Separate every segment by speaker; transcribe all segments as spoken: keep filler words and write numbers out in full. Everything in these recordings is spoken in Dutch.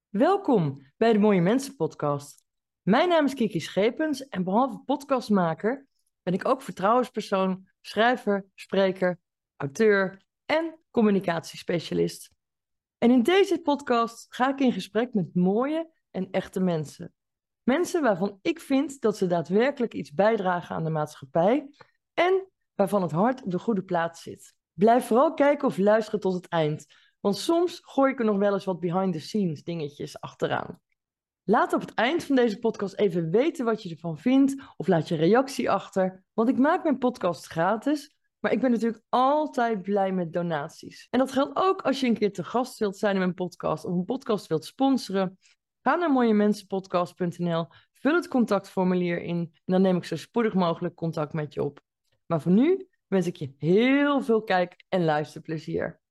Speaker 1: Welkom bij de Mooie Mensen podcast. Mijn naam is Kiki Schepens en behalve podcastmaker ben ik ook vertrouwenspersoon, schrijver, spreker, auteur en communicatiespecialist. En in deze podcast ga ik in gesprek met mooie en echte mensen. Mensen waarvan ik vind dat ze daadwerkelijk iets bijdragen aan de maatschappij en waarvan het hart op de goede plaats zit. Blijf vooral kijken of luisteren tot het eind. Want soms gooi ik er nog wel eens wat behind-the-scenes dingetjes achteraan. Laat op het eind van deze podcast even weten wat je ervan vindt of laat je reactie achter. Want ik maak mijn podcast gratis, maar ik ben natuurlijk altijd blij met donaties. En dat geldt ook als je een keer te gast wilt zijn in mijn podcast of een podcast wilt sponsoren. Ga naar mooiemensenpodcast punt n l, vul het contactformulier in en dan neem ik zo spoedig mogelijk contact met je op. Maar voor nu wens ik je heel veel kijk- en luisterplezier.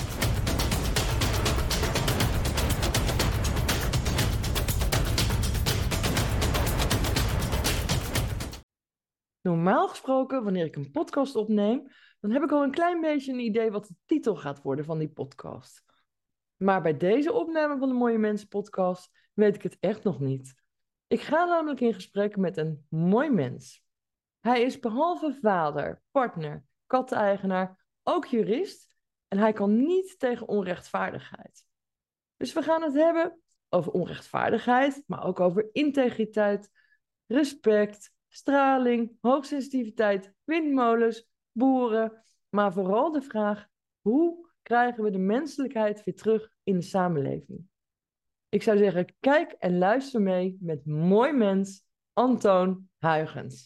Speaker 1: Normaal gesproken, wanneer ik een podcast opneem, dan heb ik al een klein beetje een idee wat de titel gaat worden van die podcast. Maar bij deze opname van de Mooie Mensen podcast weet ik het echt nog niet. Ik ga namelijk in gesprek met een mooi mens. Hij is behalve vader, partner, katteneigenaar, ook jurist en hij kan niet tegen onrechtvaardigheid. Dus we gaan het hebben over onrechtvaardigheid, maar ook over integriteit, respect, straling, hoogsensitiviteit, windmolens, boeren. Maar vooral de vraag, hoe krijgen we de menselijkheid weer terug in de samenleving? Ik zou zeggen, kijk en luister mee met mooi mens Antoon Huygens.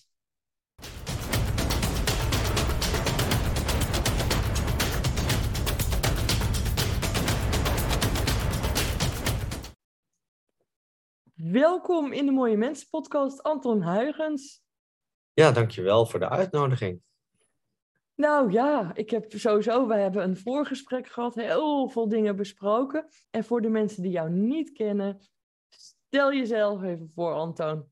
Speaker 1: Welkom in de Mooie Mensen podcast, Anton Huygens.
Speaker 2: Ja, dankjewel voor de uitnodiging.
Speaker 1: Nou ja, ik heb sowieso, wij hebben een voorgesprek gehad, heel veel dingen besproken. En voor de mensen die jou niet kennen, stel jezelf even voor, Anton.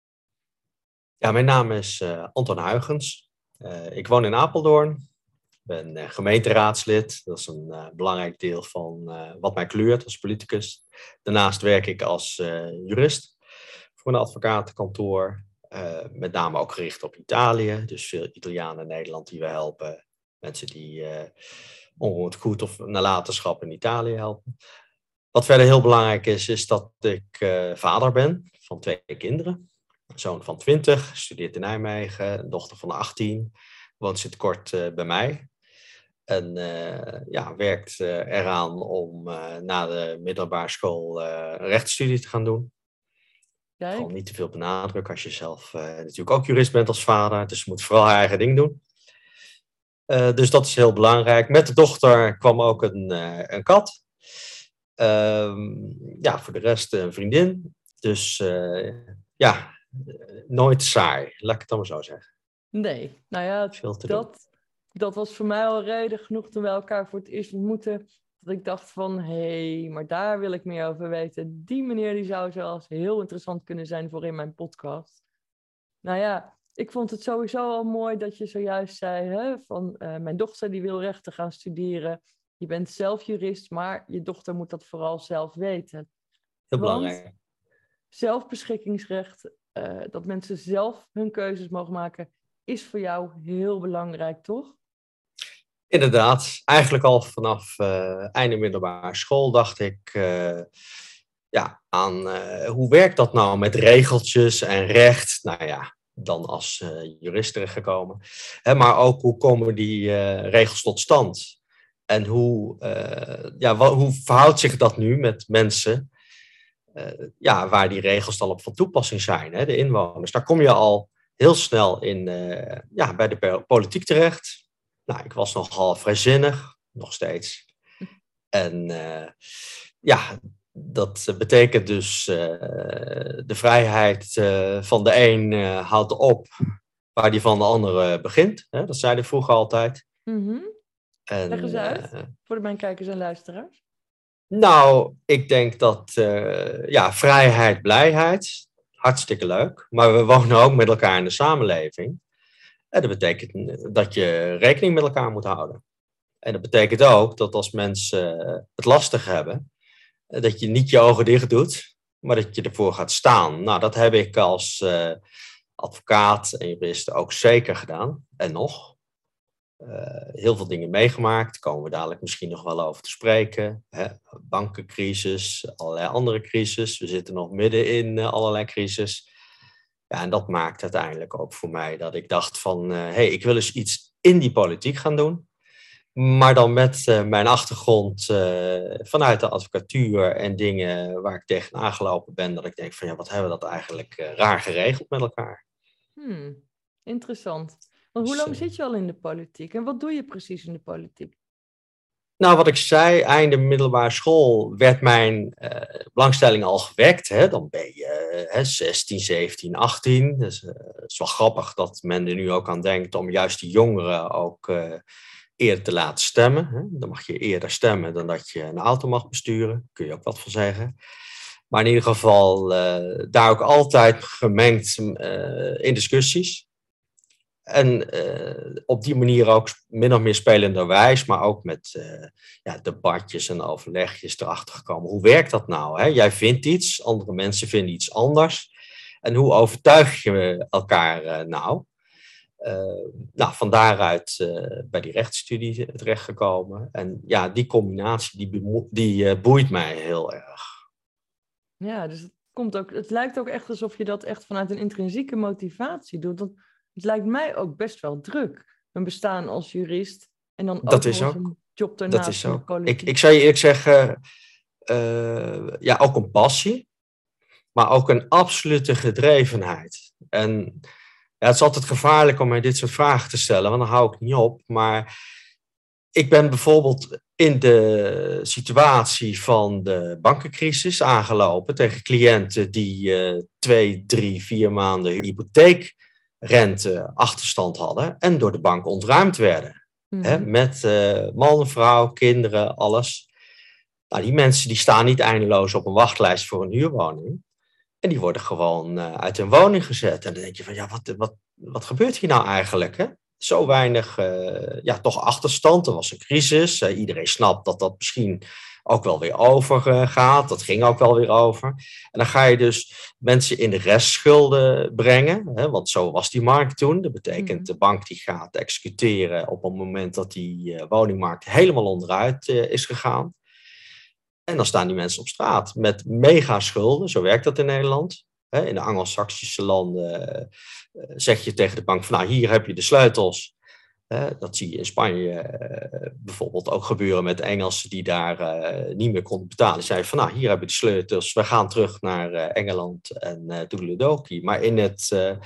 Speaker 2: Ja, mijn naam is uh, Anton Huygens. Uh, ik woon in Apeldoorn. Ik ben uh, gemeenteraadslid. Dat is een uh, belangrijk deel van uh, wat mij kleurt als politicus. Daarnaast werk ik als uh, jurist voor een advocatenkantoor. Uh, met name ook gericht op Italië. Dus veel Italianen in Nederland die we helpen. Mensen die uh, onroerend goed of nalatenschap in Italië helpen. Wat verder heel belangrijk is, is dat ik uh, vader ben van twee kinderen. Een zoon van twintig, studeert in Nijmegen. Een dochter van achttien, woont sinds kort uh, bij mij. En uh, ja, werkt uh, eraan om uh, na de middelbare school uh, een rechtsstudie te gaan doen.
Speaker 1: Kijk.
Speaker 2: Vooral niet te veel benadrukken als je zelf uh, natuurlijk ook jurist bent als vader. Dus je moet vooral haar eigen ding doen. Uh, dus dat is heel belangrijk. Met de dochter kwam ook een, uh, een kat. Uh, ja, voor de rest een vriendin. Dus uh, ja, nooit saai. Laat ik het dan maar zo zeggen.
Speaker 1: Nee, nou ja, dat, dat was voor mij al reden genoeg toen we elkaar voor het eerst ontmoetten. Dat ik dacht van, hé, hey, maar daar wil ik meer over weten. Die meneer die zou zelfs heel interessant kunnen zijn voor in mijn podcast. Nou ja, ik vond het sowieso al mooi dat je zojuist zei, hè, van uh, mijn dochter die wil rechten gaan studeren. Je bent zelf jurist, maar je dochter moet dat vooral zelf weten.
Speaker 2: Heel
Speaker 1: Want
Speaker 2: belangrijk.
Speaker 1: Zelfbeschikkingsrecht, uh, dat mensen zelf hun keuzes mogen maken, is voor jou heel belangrijk, toch?
Speaker 2: Inderdaad. Eigenlijk al vanaf uh, einde middelbare school dacht ik uh, ja, aan uh, hoe werkt dat nou met regeltjes en recht? Nou ja, dan als uh, jurist terechtgekomen. Hè, maar ook hoe komen die uh, regels tot stand? En hoe, uh, ja, wat, hoe verhoudt zich dat nu met mensen uh, ja, waar die regels dan op van toepassing zijn, hè, de inwoners? Daar kom je al heel snel in, uh, ja, bij de politiek terecht. Nou, ik was nogal vrijzinnig, nog steeds. En uh, ja, dat betekent dus uh, de vrijheid uh, van de een uh, houdt op waar die van de andere begint. Hè? Dat zeiden vroeger altijd.
Speaker 1: Mm-hmm.
Speaker 2: En,
Speaker 1: Leg eens uit,
Speaker 2: uh,
Speaker 1: voor de mijn kijkers en luisteraars.
Speaker 2: Nou, ik denk dat uh, ja, vrijheid, blijheid, hartstikke leuk. Maar we wonen ook met elkaar in de samenleving. En dat betekent dat je rekening met elkaar moet houden. En dat betekent ook dat als mensen het lastig hebben, dat je niet je ogen dicht doet, maar dat je ervoor gaat staan. Nou, dat heb ik als uh, advocaat en jurist ook zeker gedaan. En nog. Uh, heel veel dingen meegemaakt. Daar komen we dadelijk misschien nog wel over te spreken. Hè? Bankencrisis, allerlei andere crisis. We zitten nog midden in uh, allerlei crisis. Ja, en dat maakt uiteindelijk ook voor mij dat ik dacht van... hé, uh, hey, ik wil eens iets in die politiek gaan doen. Maar dan met uh, mijn achtergrond uh, vanuit de advocatuur en dingen waar ik tegenaan gelopen ben... dat ik denk van, ja, wat hebben we dat eigenlijk uh, raar geregeld met elkaar.
Speaker 1: Hmm, interessant. Want hoe lang zit je al in de politiek en wat doe je precies in de politiek?
Speaker 2: Nou, wat ik zei, einde middelbare school werd mijn uh, belangstelling al gewekt. Hè? Dan ben je uh, zestien, zeventien, achttien. Dus uh, het is wel grappig dat men er nu ook aan denkt om juist die jongeren ook uh, eerder te laten stemmen. Hè? Dan mag je eerder stemmen dan dat je een auto mag besturen. Daar kun je ook wat van zeggen. Maar in ieder geval uh, daar ook altijd gemengd uh, in discussies. En uh, op die manier ook min of meer spelenderwijs, maar ook met uh, ja, debatjes en overlegjes erachter gekomen. Hoe werkt dat nou? Hè? Jij vindt iets, andere mensen vinden iets anders. En hoe overtuig je elkaar uh, nou? Uh, nou, van daaruit uh, bij die rechtsstudie terechtgekomen. En ja, die combinatie die, bemo- die uh, boeit mij heel erg.
Speaker 1: Ja, dus het, komt ook, het lijkt ook echt alsof je dat echt vanuit een intrinsieke motivatie doet. Want het lijkt mij ook best wel druk. Een bestaan als jurist en dan ook
Speaker 2: dat
Speaker 1: nog
Speaker 2: is
Speaker 1: eens
Speaker 2: ook,
Speaker 1: een job
Speaker 2: dat
Speaker 1: daarnaast
Speaker 2: is
Speaker 1: in de
Speaker 2: ook.
Speaker 1: politiek.
Speaker 2: Ik, ik zou je eerlijk zeggen, uh, ja, ook een passie, maar ook een absolute gedrevenheid. En ja, het is altijd gevaarlijk om mij dit soort vragen te stellen, want dan hou ik niet op. Maar ik ben bijvoorbeeld in de situatie van de bankencrisis aangelopen tegen cliënten die uh, twee, drie, vier maanden hypotheekrente achterstand hadden en door de bank ontruimd werden. Mm-hmm. Hè, met uh, man, vrouw, kinderen, alles. Nou, die mensen die staan niet eindeloos op een wachtlijst voor een huurwoning. En die worden gewoon uh, uit hun woning gezet. En dan denk je van, ja, wat, wat, wat gebeurt hier nou eigenlijk, hè? Zo weinig, uh, ja, toch achterstand. Er was een crisis. Uh, iedereen snapt dat dat misschien ook wel weer overgaat. Uh, dat ging ook wel weer over. En dan ga je dus mensen in de restschulden brengen. Hè, want zo was die markt toen. Dat betekent mm. de bank die gaat executeren op het moment dat die uh, woningmarkt helemaal onderuit uh, is gegaan. En dan staan die mensen op straat met megaschulden. Zo werkt dat in Nederland. In de Anglo-Saxische landen zeg je tegen de bank van, nou, hier heb je de sleutels. Dat zie je in Spanje bijvoorbeeld ook gebeuren met Engelsen die daar niet meer konden betalen. Zeiden van, nou, hier heb je de sleutels. We gaan terug naar Engeland en toedeledokie. Maar in het...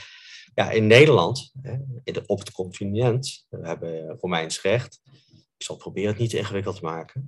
Speaker 2: Ja, in Nederland, op het continent, we hebben Romeins recht. Ik zal proberen het niet te ingewikkeld te maken.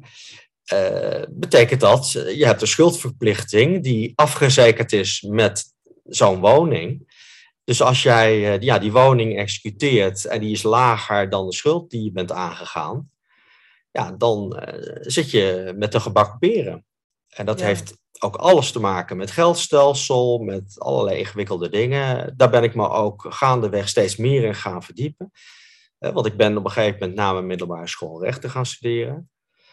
Speaker 2: Uh, betekent dat, je hebt een schuldverplichting die afgezekerd is met zo'n woning. Dus als jij uh, ja, die woning executeert en die is lager dan de schuld die je bent aangegaan, ja, dan uh, zit je met de gebakken peren. En dat ja. heeft ook alles te maken met geldstelsel, met allerlei ingewikkelde dingen. Daar ben ik me ook gaandeweg steeds meer in gaan verdiepen. Uh, want ik ben op een gegeven moment na mijn middelbare school rechten gaan studeren.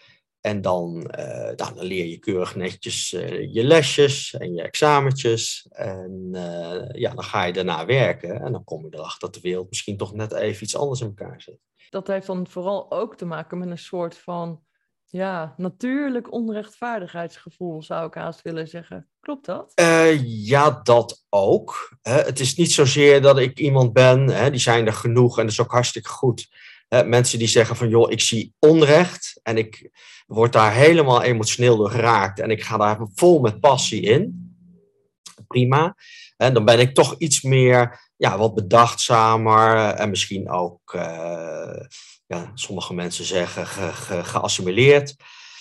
Speaker 2: En dan, uh, nou, dan leer je keurig netjes uh, je lesjes en je examentjes. En uh, ja, dan ga je daarna werken. En dan kom je erachter dat de wereld misschien toch net even iets anders in elkaar zit.
Speaker 1: Dat heeft dan vooral ook te maken met een soort van ja, natuurlijk onrechtvaardigheidsgevoel, zou ik haast willen zeggen. Klopt dat?
Speaker 2: Uh, ja, dat ook. Hè. Het is niet zozeer dat ik iemand ben, hè, die zijn er genoeg en dat is ook hartstikke goed. Hè, mensen die zeggen van, joh, ik zie onrecht en ik word daar helemaal emotioneel door geraakt en ik ga daar vol met passie in. Prima. En dan ben ik toch iets meer, ja, wat bedachtzamer en misschien ook, uh, ja, sommige mensen zeggen, ge, ge, geassimileerd.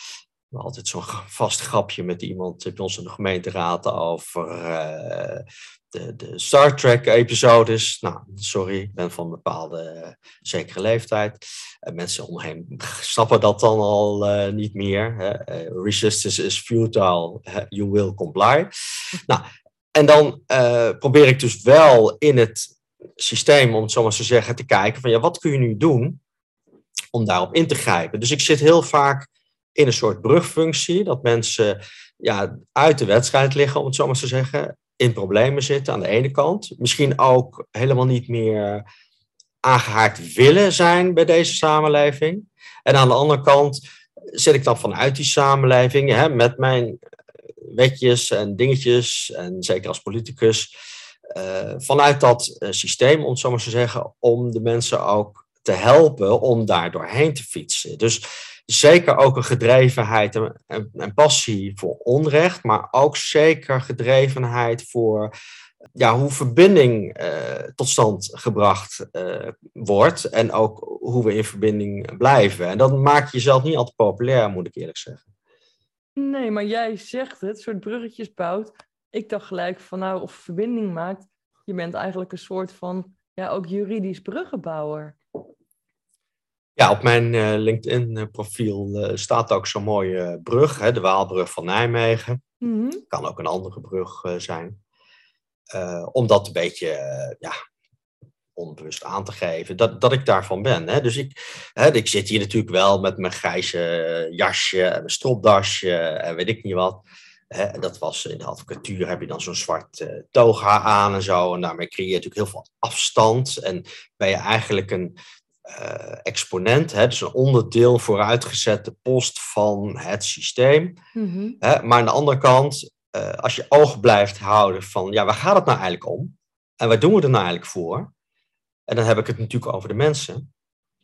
Speaker 2: Altijd zo'n vast grapje met iemand bij ons in de gemeenteraad over uh, de, de Star Trek-episodes. Nou, sorry, ik ben van een bepaalde uh, zekere leeftijd. Uh, mensen om me heen snappen dat dan al uh, niet meer. Hè? Uh, resistance is futile, you will comply. Nou, en dan uh, probeer ik dus wel in het systeem, om het zo maar te zeggen, te kijken van ja, wat kun je nu doen om daarop in te grijpen. Dus ik zit heel vaak in een soort brugfunctie. Dat mensen ja, uit de wedstrijd liggen, om het zo maar te zeggen. In problemen zitten aan de ene kant. Misschien ook helemaal niet meer aangehaakt willen zijn bij deze samenleving. En aan de andere kant zit ik dan vanuit die samenleving, hè, met mijn wetjes en dingetjes, en zeker als politicus, uh, vanuit dat uh, systeem, om het zo maar te zeggen, om de mensen ook te helpen om daar doorheen te fietsen. Dus zeker ook een gedrevenheid en, en, en passie voor onrecht, maar ook zeker gedrevenheid voor ja, hoe verbinding uh, tot stand gebracht uh, wordt en ook hoe we in verbinding blijven. En dat maakt jezelf niet altijd populair, moet ik eerlijk zeggen.
Speaker 1: Nee, maar jij zegt het, soort bruggetjes bouwt. Ik dacht gelijk van nou, of verbinding maakt. Je bent eigenlijk een soort van, ja, ook juridisch bruggenbouwer.
Speaker 2: Ja, op mijn uh, LinkedIn-profiel uh, staat ook zo'n mooie uh, brug, hè, de Waalbrug van Nijmegen. Mm-hmm. Kan ook een andere brug uh, zijn. Uh, om dat een beetje uh, ja, onbewust aan te geven, dat, dat ik daarvan ben. Hè. Dus ik, hè, ik zit hier natuurlijk wel met mijn grijze jasje en mijn stropdasje en weet ik niet wat. Hè, dat was in de advocatuur, heb je dan zo'n zwart uh, toga aan en zo. En daarmee creëer je natuurlijk heel veel afstand. En ben je eigenlijk een uh, exponent, hè, dus een onderdeel vooruitgezette post van het systeem. Mm-hmm. Hè, maar aan de andere kant, uh, als je oog blijft houden van, ja, waar gaat het nou eigenlijk om? En waar doen we er nou eigenlijk voor? En dan heb ik het natuurlijk over de mensen.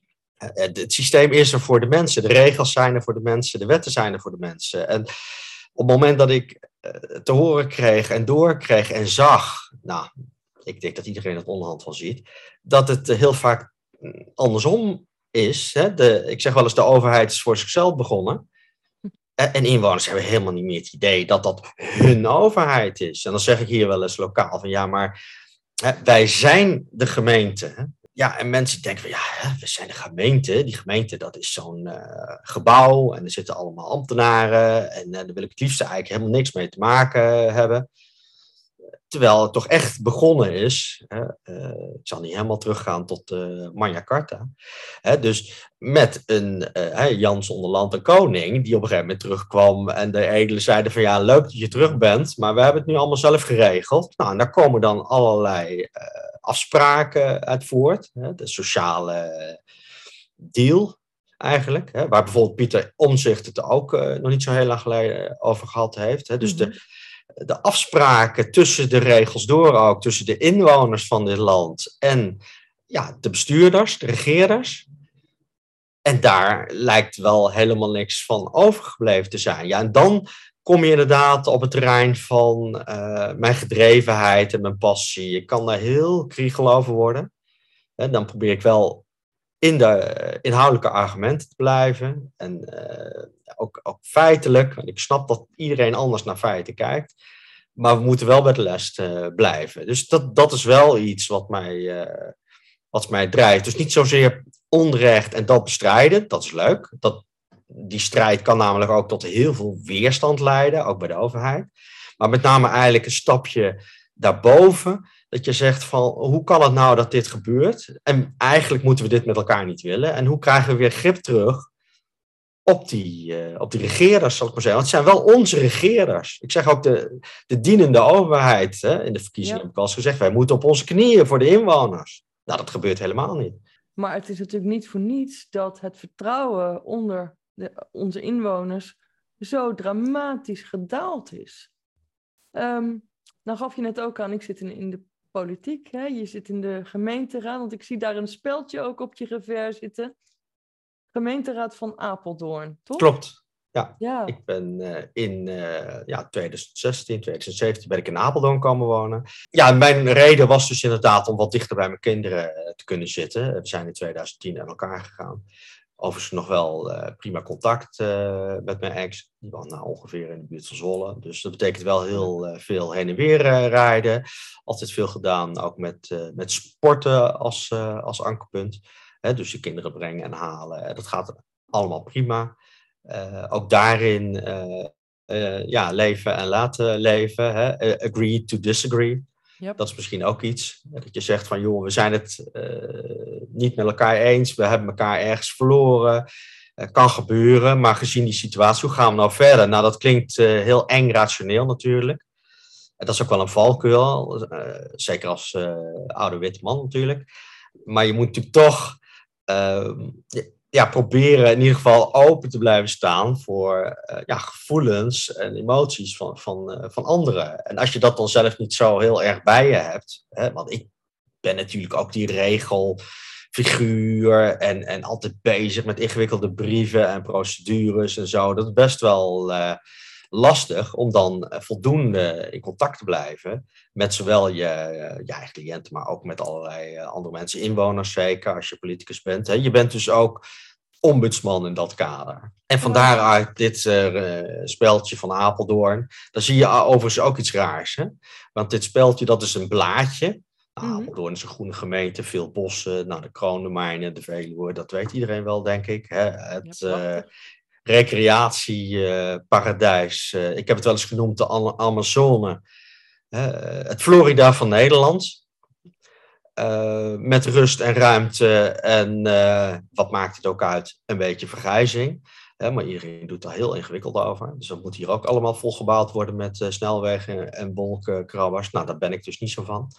Speaker 2: Het systeem is er voor de mensen. De regels zijn er voor de mensen. De wetten zijn er voor de mensen. En op het moment dat ik te horen kreeg en doorkreeg en zag, nou, ik denk dat iedereen het onderhand van ziet, dat het heel vaak andersom is. Hè? De, ik zeg wel eens, de overheid is voor zichzelf begonnen. En inwoners hebben helemaal niet meer het idee dat dat hun overheid is. En dan zeg ik hier wel eens lokaal van, ja, maar wij zijn de gemeente. Ja, en mensen denken van, ja, we zijn de gemeente. Die gemeente, dat is zo'n uh, gebouw en er zitten allemaal ambtenaren. En uh, daar wil ik het liefst eigenlijk helemaal niks mee te maken hebben. Terwijl het toch echt begonnen is. Hè, uh, ik zal niet helemaal teruggaan tot uh, Magna Carta. Hè, dus met een uh, Jan zonder land en koning, die op een gegeven moment terugkwam. En de edelen zeiden van, ja, leuk dat je terug bent, maar we hebben het nu allemaal zelf geregeld. Nou, en daar komen dan allerlei uh, afspraken uit voort. Hè, de sociale deal eigenlijk. Hè, waar bijvoorbeeld Pieter Omtzigt het ook uh, nog niet zo heel lang geleden over gehad heeft. Hè, dus mm-hmm. de... De afspraken tussen de regels door ook, tussen de inwoners van dit land en ja, de bestuurders, de regeerders. En daar lijkt wel helemaal niks van overgebleven te zijn. Ja, en dan kom je inderdaad op het terrein van uh, mijn gedrevenheid en mijn passie. Ik kan daar heel kriegel over worden. En dan probeer ik wel in de inhoudelijke argumenten te blijven. En uh, ook, ook feitelijk, want ik snap dat iedereen anders naar feiten kijkt. Maar we moeten wel bij de les uh, blijven. Dus dat, dat is wel iets wat mij, uh, wat mij drijft. Dus niet zozeer onrecht en dat bestrijden, dat is leuk. Dat, die strijd kan namelijk ook tot heel veel weerstand leiden, ook bij de overheid. Maar met name eigenlijk een stapje daarboven, dat je zegt van, hoe kan het nou dat dit gebeurt? En eigenlijk moeten we dit met elkaar niet willen. En hoe krijgen we weer grip terug op die, uh, op die regeerders, zal ik maar zeggen. Want het zijn wel onze regeerders. Ik zeg ook de, de dienende overheid. Hè, in de verkiezingen ja. heb ik al eens gezegd, wij moeten op onze knieën voor de inwoners. Nou, dat gebeurt helemaal niet.
Speaker 1: Maar het is natuurlijk niet voor niets dat het vertrouwen onder de, onze inwoners zo dramatisch gedaald is. Um, nou gaf je net ook aan, ik zit in, in de politiek. Hè? Je zit in de gemeenteraad, want ik zie daar een speldje ook op je revers zitten. Gemeenteraad van Apeldoorn, toch?
Speaker 2: Klopt, ja. ja. Ik ben uh, in uh, ja, twintig zestien, twintig zeventien ben ik in Apeldoorn komen wonen. Ja, mijn reden was dus inderdaad om wat dichter bij mijn kinderen uh, te kunnen zitten. We zijn in twintig tien aan elkaar gegaan. Overigens nog wel uh, prima contact uh, met mijn ex. Die woont nou ongeveer in de buurt van Zwolle. Dus dat betekent wel heel uh, veel heen en weer uh, rijden. Altijd veel gedaan, ook met, uh, met sporten als, uh, als ankerpunt. He, dus je kinderen brengen en halen. Dat gaat allemaal prima. Uh, ook daarin uh, uh, ja, leven en laten leven. Hè? Uh, agree to disagree. Yep. Dat is misschien ook iets. Dat je zegt van, joh, we zijn het uh, niet met elkaar eens. We hebben elkaar ergens verloren. Uh, kan gebeuren, maar gezien die situatie, hoe gaan we nou verder? Nou, dat klinkt uh, heel eng rationeel natuurlijk. En dat is ook wel een valkuil, uh, zeker als uh, oude witte man natuurlijk. Maar je moet natuurlijk toch uh, ja, proberen in ieder geval open te blijven staan voor uh, ja, gevoelens en emoties van, van, uh, van anderen. En als je dat dan zelf niet zo heel erg bij je hebt, hè, want ik ben natuurlijk ook die regelfiguur en, en altijd bezig met ingewikkelde brieven en procedures en zo. Dat is best wel uh, lastig om dan voldoende in contact te blijven met zowel je, je eigen cliënten, maar ook met allerlei andere mensen, inwoners zeker, als je politicus bent. Hè. Je bent dus ook ombudsman in dat kader. En van daaruit dit uh, speldje van Apeldoorn, dan zie je overigens ook iets raars. Hè? Want dit speldje, dat is een blaadje. Nou, mm-hmm. Apeldoorn is een groene gemeente, veel bossen, nou, de Kroondomeinen, de Veluwe, dat weet iedereen wel, denk ik. Hè? Het ja, uh, recreatieparadijs. Uh, uh, ik heb het wel eens genoemd de Amazone. Uh, het Florida van Nederland. Uh, met rust en ruimte en uh, wat maakt het ook uit? Een beetje vergrijzing. Hè, maar iedereen doet daar heel ingewikkeld over. Dus dat moet hier ook allemaal volgebouwd worden met uh, snelwegen en wolkenkrabbers. Nou, daar ben ik dus niet zo van.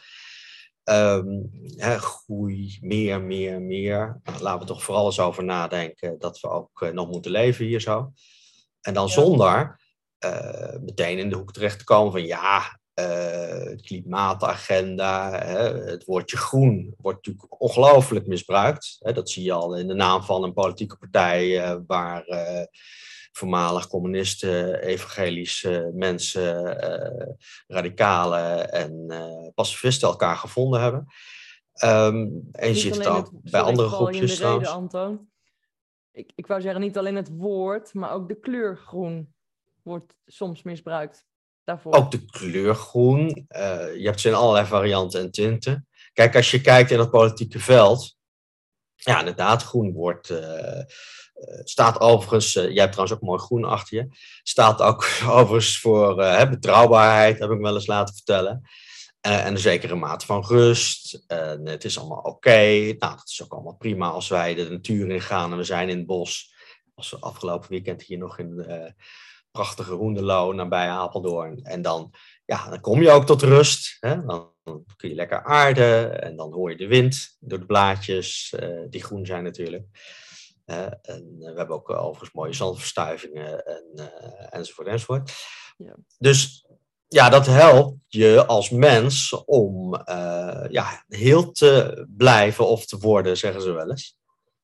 Speaker 2: Um, hè, groei, meer, meer, meer. Nou, laten we toch vooral eens over nadenken dat we ook uh, nog moeten leven hier zo. En dan ja. zonder uh, meteen in de hoek terecht te komen van ja... Uh, klimaatagenda, hè, het woordje groen wordt natuurlijk ongelooflijk misbruikt. Hè, dat zie je al in de naam van een politieke partij uh, waar uh, voormalig communisten, evangelische mensen, uh, radicalen en uh, pacifisten elkaar gevonden hebben. Um, en je ziet het ook het, bij andere groepjes trouwens.
Speaker 1: Reden, Antoon. Ik, ik wou zeggen niet alleen het woord, maar ook de kleur groen wordt soms misbruikt. Daarvoor.
Speaker 2: Ook de kleur groen. Uh, je hebt ze in allerlei varianten en tinten. Kijk, als je kijkt in het politieke veld. Ja, inderdaad, groen wordt... Uh, uh, staat overigens... Uh, jij hebt trouwens ook mooi groen achter je. Staat ook overigens voor uh, betrouwbaarheid, heb ik wel eens laten vertellen. Uh, en een zekere mate van rust. Uh, het is allemaal oké. Okay. Nou, dat is ook allemaal prima als wij de natuur ingaan en we zijn in het bos. Als we afgelopen weekend hier nog in... Uh, prachtige Hoenderloo nabij Apeldoorn. En dan, ja, dan kom je ook tot rust. Hè? Dan kun je lekker aarden en dan hoor je de wind door de blaadjes, uh, die groen zijn natuurlijk. Uh, en we hebben ook uh, overigens mooie zandverstuivingen en, uh, enzovoort enzovoort. Ja. Dus ja, dat helpt je als mens om uh, ja, heel te blijven of te worden, zeggen ze wel eens.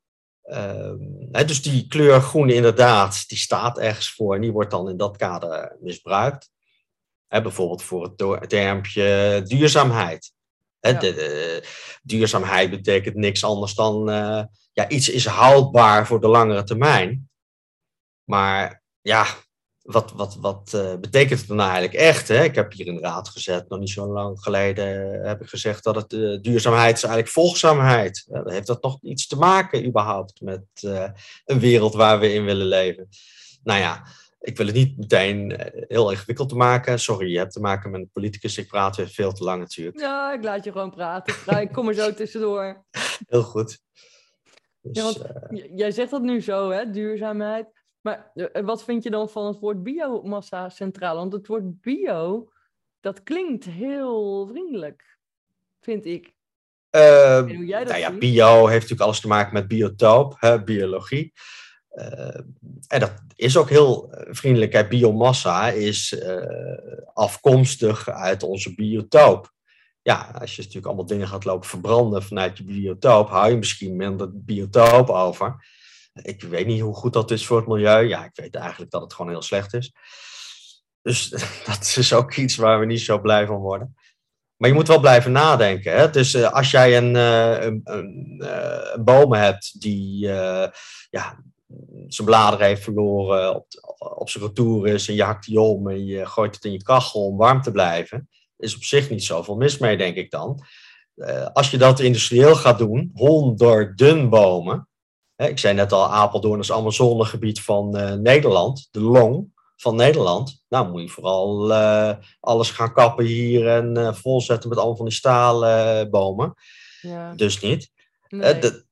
Speaker 2: Um, he, dus die kleur groen inderdaad, die staat ergens voor en die wordt dan in dat kader misbruikt. He, bijvoorbeeld voor het termpje duurzaamheid. He, ja. de, de, duurzaamheid betekent niks anders dan uh, ja, iets is houdbaar voor de langere termijn. Maar ja, wat, wat, wat uh, betekent het dan eigenlijk echt? Hè? Ik heb hier een raad gezet, nog niet zo lang geleden heb ik gezegd dat het uh, duurzaamheid is eigenlijk volgzaamheid. Uh, heeft dat nog iets te maken überhaupt met uh, een wereld waar we in willen leven? Nou ja, ik wil het niet meteen uh, heel ingewikkeld te maken. Sorry, je hebt te maken met een politicus, ik praat weer veel te lang natuurlijk.
Speaker 1: Ja, ik laat je gewoon praten. Ik kom er zo tussendoor.
Speaker 2: Heel goed.
Speaker 1: Dus, ja, want uh, jij zegt dat nu zo, hè, duurzaamheid. Maar wat vind je dan van het woord biomassa centraal? Want het woord bio, dat klinkt heel vriendelijk, vind ik.
Speaker 2: Uh, hoe jij dat nou ja, ziet. Bio heeft natuurlijk alles te maken met biotoop, hè, biologie. Uh, en dat is ook heel vriendelijk. Hè. Biomassa is uh, afkomstig uit onze biotoop. Ja, als je natuurlijk allemaal dingen gaat lopen verbranden vanuit je biotoop, hou je misschien minder biotoop over. Ik weet niet hoe goed dat is voor het milieu. Ja, ik weet eigenlijk dat het gewoon heel slecht is. Dus dat is ook iets waar we niet zo blij van worden. Maar je moet wel blijven nadenken. Hè? Dus uh, als jij een, uh, een, een, uh, een boom hebt die uh, ja, zijn bladeren heeft verloren, op, op zijn retour is en je hakt die om en je gooit het in je kachel om warm te blijven, is op zich niet zoveel mis mee, denk ik dan. Uh, als je dat industrieel gaat doen, honderden bomen. Hè, ik zei net al, Apeldoorn is Amazonegebied van uh, Nederland, de long van Nederland. Nou moet je vooral uh, alles gaan kappen hier en uh, volzetten met allemaal van die stalen uh, bomen. Ja. Dus niet. Nee. Uh, de,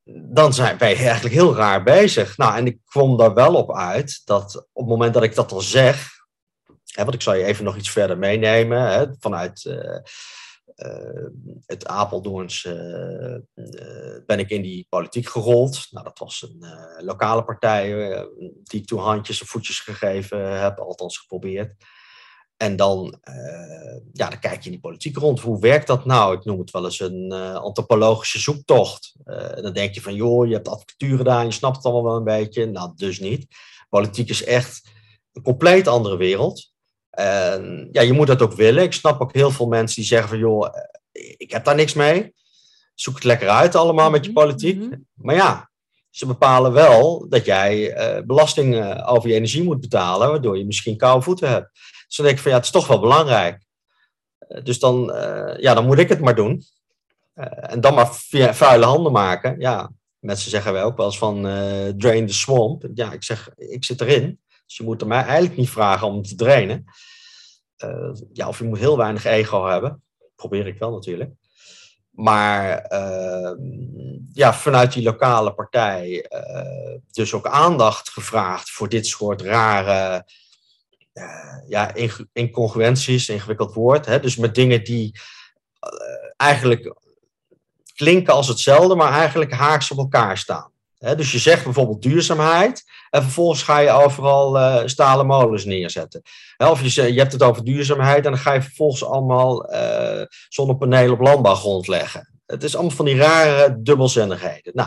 Speaker 2: dan zijn, ben je eigenlijk heel raar bezig. Nou, en ik kwam daar wel op uit dat op het moment dat ik dat dan zeg, hè, want ik zal je even nog iets verder meenemen, hè, vanuit uh, uh, het Apeldoorns uh, uh, ben ik in die politiek gerold. Nou, dat was een uh, lokale partij uh, die ik toen handjes en voetjes gegeven heb, althans geprobeerd. En dan, uh, ja, dan kijk je in die politiek rond. Hoe werkt dat nou? Ik noem het wel eens een uh, antropologische zoektocht. Uh, dan denk je van, joh, je hebt advocatuur gedaan, je snapt het allemaal wel een beetje. Nou, dus niet. Politiek is echt een compleet andere wereld. Uh, ja, je moet dat ook willen. Ik snap ook heel veel mensen die zeggen van, joh, ik heb daar niks mee. Zoek het lekker uit allemaal met je politiek. Mm-hmm. Maar ja, ze bepalen wel dat jij uh, belasting uh, over je energie moet betalen, waardoor je misschien koude voeten hebt. Dus dan denk ik van ja, het is toch wel belangrijk. Uh, dus dan, uh, ja, dan moet ik het maar doen. Uh, en dan maar via vuile handen maken. Ja, mensen zeggen wij ook wel eens van uh, drain the swamp. Ja, ik zeg, ik zit erin. Dus je moet er mij eigenlijk niet vragen om te drainen. Uh, ja, of je moet heel weinig ego hebben. Probeer ik wel natuurlijk. Maar uh, ja, vanuit die lokale partij uh, dus ook aandacht gevraagd voor dit soort rare uh, ja, incongruenties, ingewikkeld woord. Hè? Dus met dingen die uh, eigenlijk klinken als hetzelfde, maar eigenlijk haaks op elkaar staan. Hè? Dus je zegt bijvoorbeeld duurzaamheid en vervolgens ga je overal uh, stalen molens neerzetten. Hè? Of je, je hebt het over duurzaamheid en dan ga je vervolgens allemaal uh, zonnepanelen op landbouwgrond leggen. Het is allemaal van die rare dubbelzinnigheden. Nou,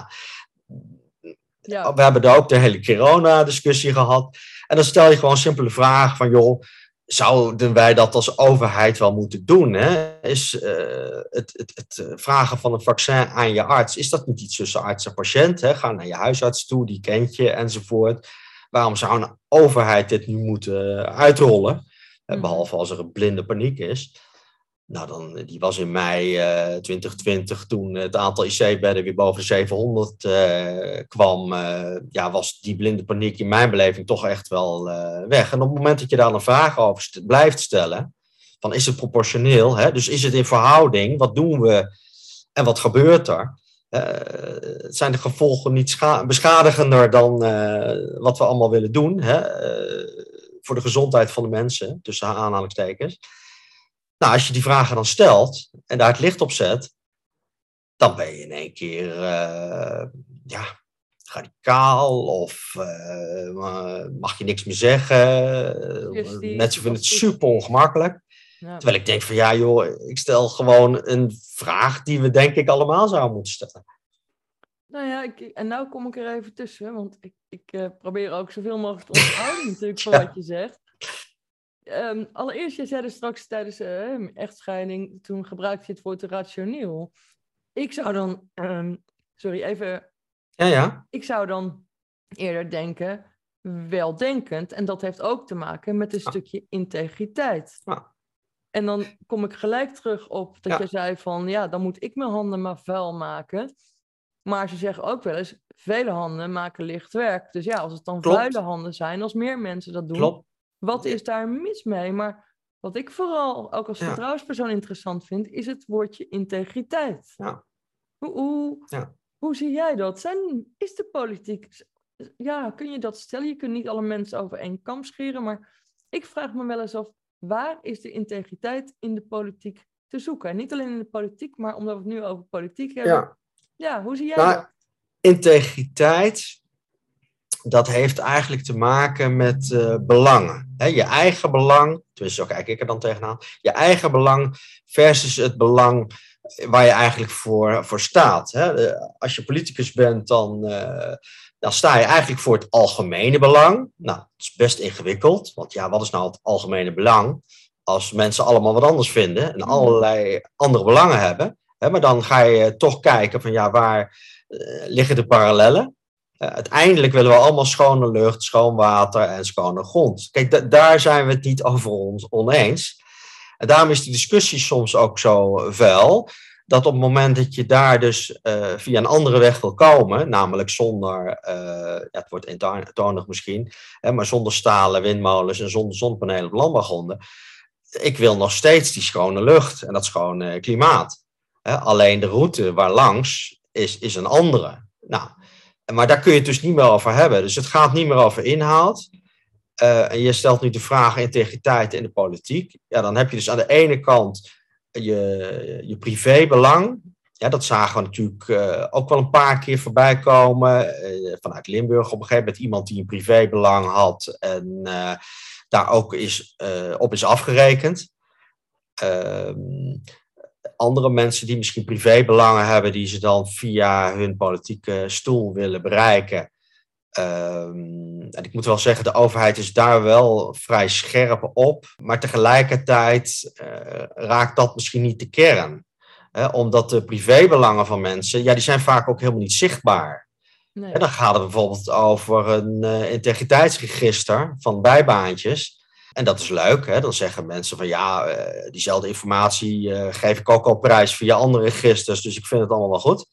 Speaker 2: ja. We hebben daar ook de hele corona-discussie gehad. En dan stel je gewoon simpele vragen van, joh, zouden wij dat als overheid wel moeten doen? Hè? Is uh, het, het, het vragen van een vaccin aan je arts, is dat niet iets tussen arts en patiënt? Hè? Ga naar je huisarts toe, die kent je, enzovoort. Waarom zou een overheid dit nu moeten uitrollen? Mm. Behalve als er een blinde paniek is. Nou, dan, die was in mei uh, twintig twintig, toen het aantal I C-bedden weer boven de zevenhonderd uh, kwam, uh, ja, was die blinde paniek in mijn beleving toch echt wel uh, weg. En op het moment dat je daar een vraag over st- blijft stellen, van is het proportioneel, hè? Dus is het in verhouding, wat doen we en wat gebeurt er? Uh, zijn de gevolgen niet scha- beschadigender dan uh, wat we allemaal willen doen, hè? Uh, voor de gezondheid van de mensen, tussen aanhalingstekens. Nou, als je die vragen dan stelt en daar het licht op zet, dan ben je in één keer uh, ja, radicaal of uh, mag je niks meer zeggen. Uh, mensen vinden het super ongemakkelijk. Ja. Terwijl ik denk van ja joh, ik stel gewoon een vraag die we denk ik allemaal zouden moeten stellen.
Speaker 1: Nou ja, ik, en nou kom ik er even tussen, want ik, ik uh, probeer ook zoveel mogelijk te onthouden natuurlijk van ja. wat je zegt. Um, allereerst, je zei er straks tijdens uh, echtscheiding, toen gebruikte je het woord rationeel. Ik zou dan, um, sorry, even...
Speaker 2: Ja, ja.
Speaker 1: Ik zou dan eerder denken, weldenkend. En dat heeft ook te maken met een ah. stukje integriteit. Ah. En dan kom ik gelijk terug op dat ja. je zei van, ja, dan moet ik mijn handen maar vuil maken. Maar ze zeggen ook wel eens, vele handen maken licht werk. Dus ja, als het dan Klopt. vuile handen zijn, als meer mensen dat doen... Klopt. Wat is daar mis mee? Maar wat ik vooral ook als ja. vertrouwenspersoon interessant vind, is het woordje integriteit. Ja. Hoe, hoe, ja. hoe zie jij dat? Zijn, is de politiek... Ja, kun je dat stellen? Je kunt niet alle mensen over één kam scheren, maar ik vraag me wel eens af, waar is de integriteit in de politiek te zoeken? En niet alleen in de politiek, maar omdat we het nu over politiek hebben. Ja, ja hoe zie jij nou, dat?
Speaker 2: Integriteit... Dat heeft eigenlijk te maken met uh, belangen. He, je eigen belang, tenminste zo kijk ik er dan tegenaan, je eigen belang versus het belang waar je eigenlijk voor, voor staat. He, als je politicus bent, dan, uh, dan sta je eigenlijk voor het algemene belang. Nou, dat is best ingewikkeld, want ja, wat is nou het algemene belang? Als mensen allemaal wat anders vinden en allerlei andere belangen hebben. He, maar dan ga je toch kijken van ja, waar uh, liggen de parallellen? Uh, uiteindelijk willen we allemaal schone lucht, schoon water en schone grond. Kijk, da- daar zijn we het niet over ons oneens. En daarom is die discussie soms ook zo vuil, dat op het moment dat je daar dus uh, via een andere weg wil komen, namelijk zonder, uh, ja, het wordt eentonig misschien, hè, maar zonder stalen windmolens en zonder zonnepanelen op landbouwgronden. Ik wil nog steeds die schone lucht en dat schone klimaat. Hè, alleen de route waar langs is, is een andere. Nou, maar daar kun je het dus niet meer over hebben. Dus het gaat niet meer over inhoud. Uh, en je stelt nu de vraag integriteit in de politiek. Ja, dan heb je dus aan de ene kant je, je privébelang. Ja, dat zagen we natuurlijk uh, ook wel een paar keer voorbij komen. Uh, vanuit Limburg op een gegeven moment iemand die een privébelang had. En uh, daar ook is, uh, op is afgerekend. Uh, andere mensen die misschien privébelangen hebben, die ze dan via hun politieke stoel willen bereiken. Um, en ik moet wel zeggen, de overheid is daar wel vrij scherp op. Maar tegelijkertijd uh, raakt dat misschien niet de kern. Hè, omdat de privébelangen van mensen, ja, die zijn vaak ook helemaal niet zichtbaar. Nee. En dan gaat het bijvoorbeeld over een uh, integriteitsregister van bijbaantjes. En dat is leuk, hè? Dan zeggen mensen van ja, uh, diezelfde informatie uh, geef ik ook al prijs via andere registers, dus ik vind het allemaal wel goed.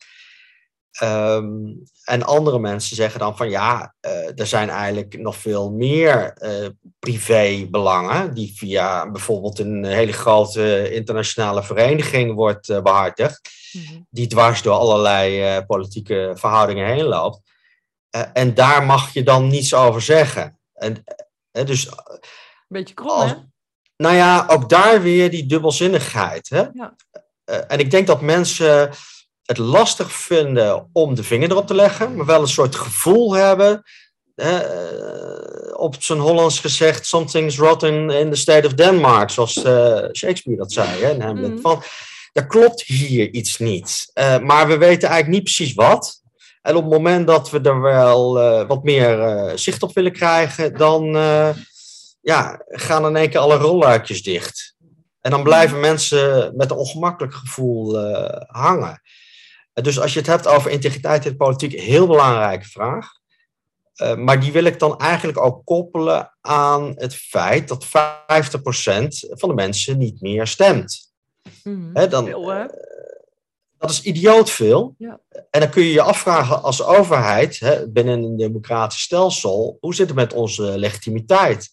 Speaker 2: Um, en andere mensen zeggen dan van ja, uh, er zijn eigenlijk nog veel meer uh, privébelangen die via bijvoorbeeld een hele grote internationale vereniging wordt uh, behartigd, mm-hmm. die dwars door allerlei uh, politieke verhoudingen heen loopt. Uh, en daar mag je dan niets over zeggen. En, uh, dus,
Speaker 1: Beetje krom, als, hè?
Speaker 2: Nou ja, ook daar weer die dubbelzinnigheid. Hè? Ja. Uh, en ik denk dat mensen het lastig vinden om de vinger erop te leggen, maar wel een soort gevoel hebben, uh, op zijn Hollands gezegd, something's rotten in the state of Denmark, zoals uh, Shakespeare dat zei, hè, in Hamlet. Mm. Van, er klopt hier iets niet, uh, maar we weten eigenlijk niet precies wat. En op het moment dat we er wel uh, wat meer uh, zicht op willen krijgen, dan uh, ja, gaan in één keer alle rolluikjes dicht. En dan blijven mensen met een ongemakkelijk gevoel uh, hangen. Dus als je het hebt over integriteit in de politiek, een heel belangrijke vraag. Uh, maar die wil ik dan eigenlijk ook koppelen aan het feit dat vijftig procent van de mensen niet meer stemt.
Speaker 1: Mm,
Speaker 2: He, dan,
Speaker 1: veel, hè?
Speaker 2: Uh, dat is idioot veel. Ja. En dan kun je je afvragen als overheid, hè, binnen een democratisch stelsel, hoe zit het met onze legitimiteit?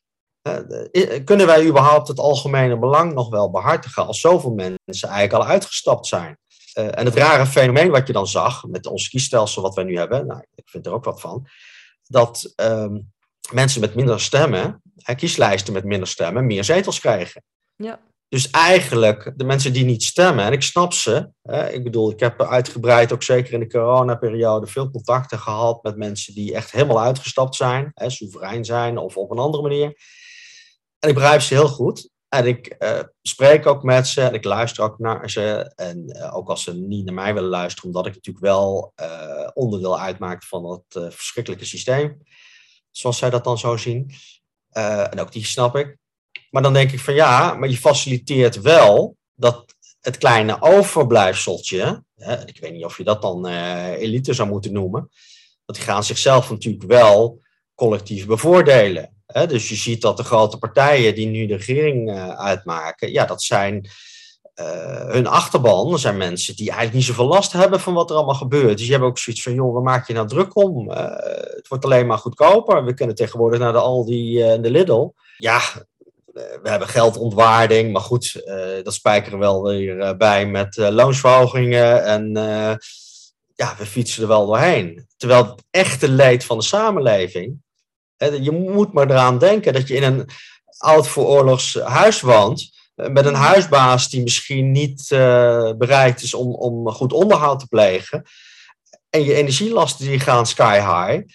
Speaker 2: Uh, kunnen wij überhaupt het algemene belang nog wel behartigen als zoveel mensen eigenlijk al uitgestapt zijn? Uh, en het rare fenomeen wat je dan zag met ons kiesstelsel wat wij nu hebben, nou, ik vind er ook wat van, dat um, mensen met minder stemmen, uh, kieslijsten met minder stemmen, meer zetels krijgen.
Speaker 1: Ja.
Speaker 2: Dus eigenlijk, de mensen die niet stemmen, en ik snap ze, uh, ik bedoel, ik heb uitgebreid, ook zeker in de coronaperiode, veel contacten gehad met mensen die echt helemaal uitgestapt zijn, uh, soeverein zijn of op een andere manier. En ik begrijp ze heel goed. En ik uh, spreek ook met ze en ik luister ook naar ze. En uh, ook als ze niet naar mij willen luisteren, omdat ik natuurlijk wel uh, onderdeel uitmaak van het uh, verschrikkelijke systeem. Zoals zij dat dan zo zien. Uh, en ook die snap ik. Maar dan denk ik van ja, maar je faciliteert wel dat het kleine overblijfseltje, hè, ik weet niet of je dat dan uh, elite zou moeten noemen, dat die gaan zichzelf natuurlijk wel collectief bevoordelen. He, dus je ziet dat de grote partijen die nu de regering uh, uitmaken, ja, dat zijn uh, hun achterban. Dat zijn mensen die eigenlijk niet zoveel last hebben van wat er allemaal gebeurt. Dus je hebt ook zoiets van, joh, waar maak je nou druk om? Uh, het wordt alleen maar goedkoper. We kunnen tegenwoordig naar de Aldi en uh, de Lidl. Ja, uh, we hebben geldontwaarding, maar goed, uh, dat spijkeren we wel weer uh, bij met uh, loonsverhogingen en uh, ja, we fietsen er wel doorheen. Terwijl het echte leed van de samenleving, je moet maar eraan denken dat je in een oud vooroorlogs huis woont, met een huisbaas die misschien niet uh, bereid is om, om goed onderhoud te plegen. En je energielasten die gaan sky high.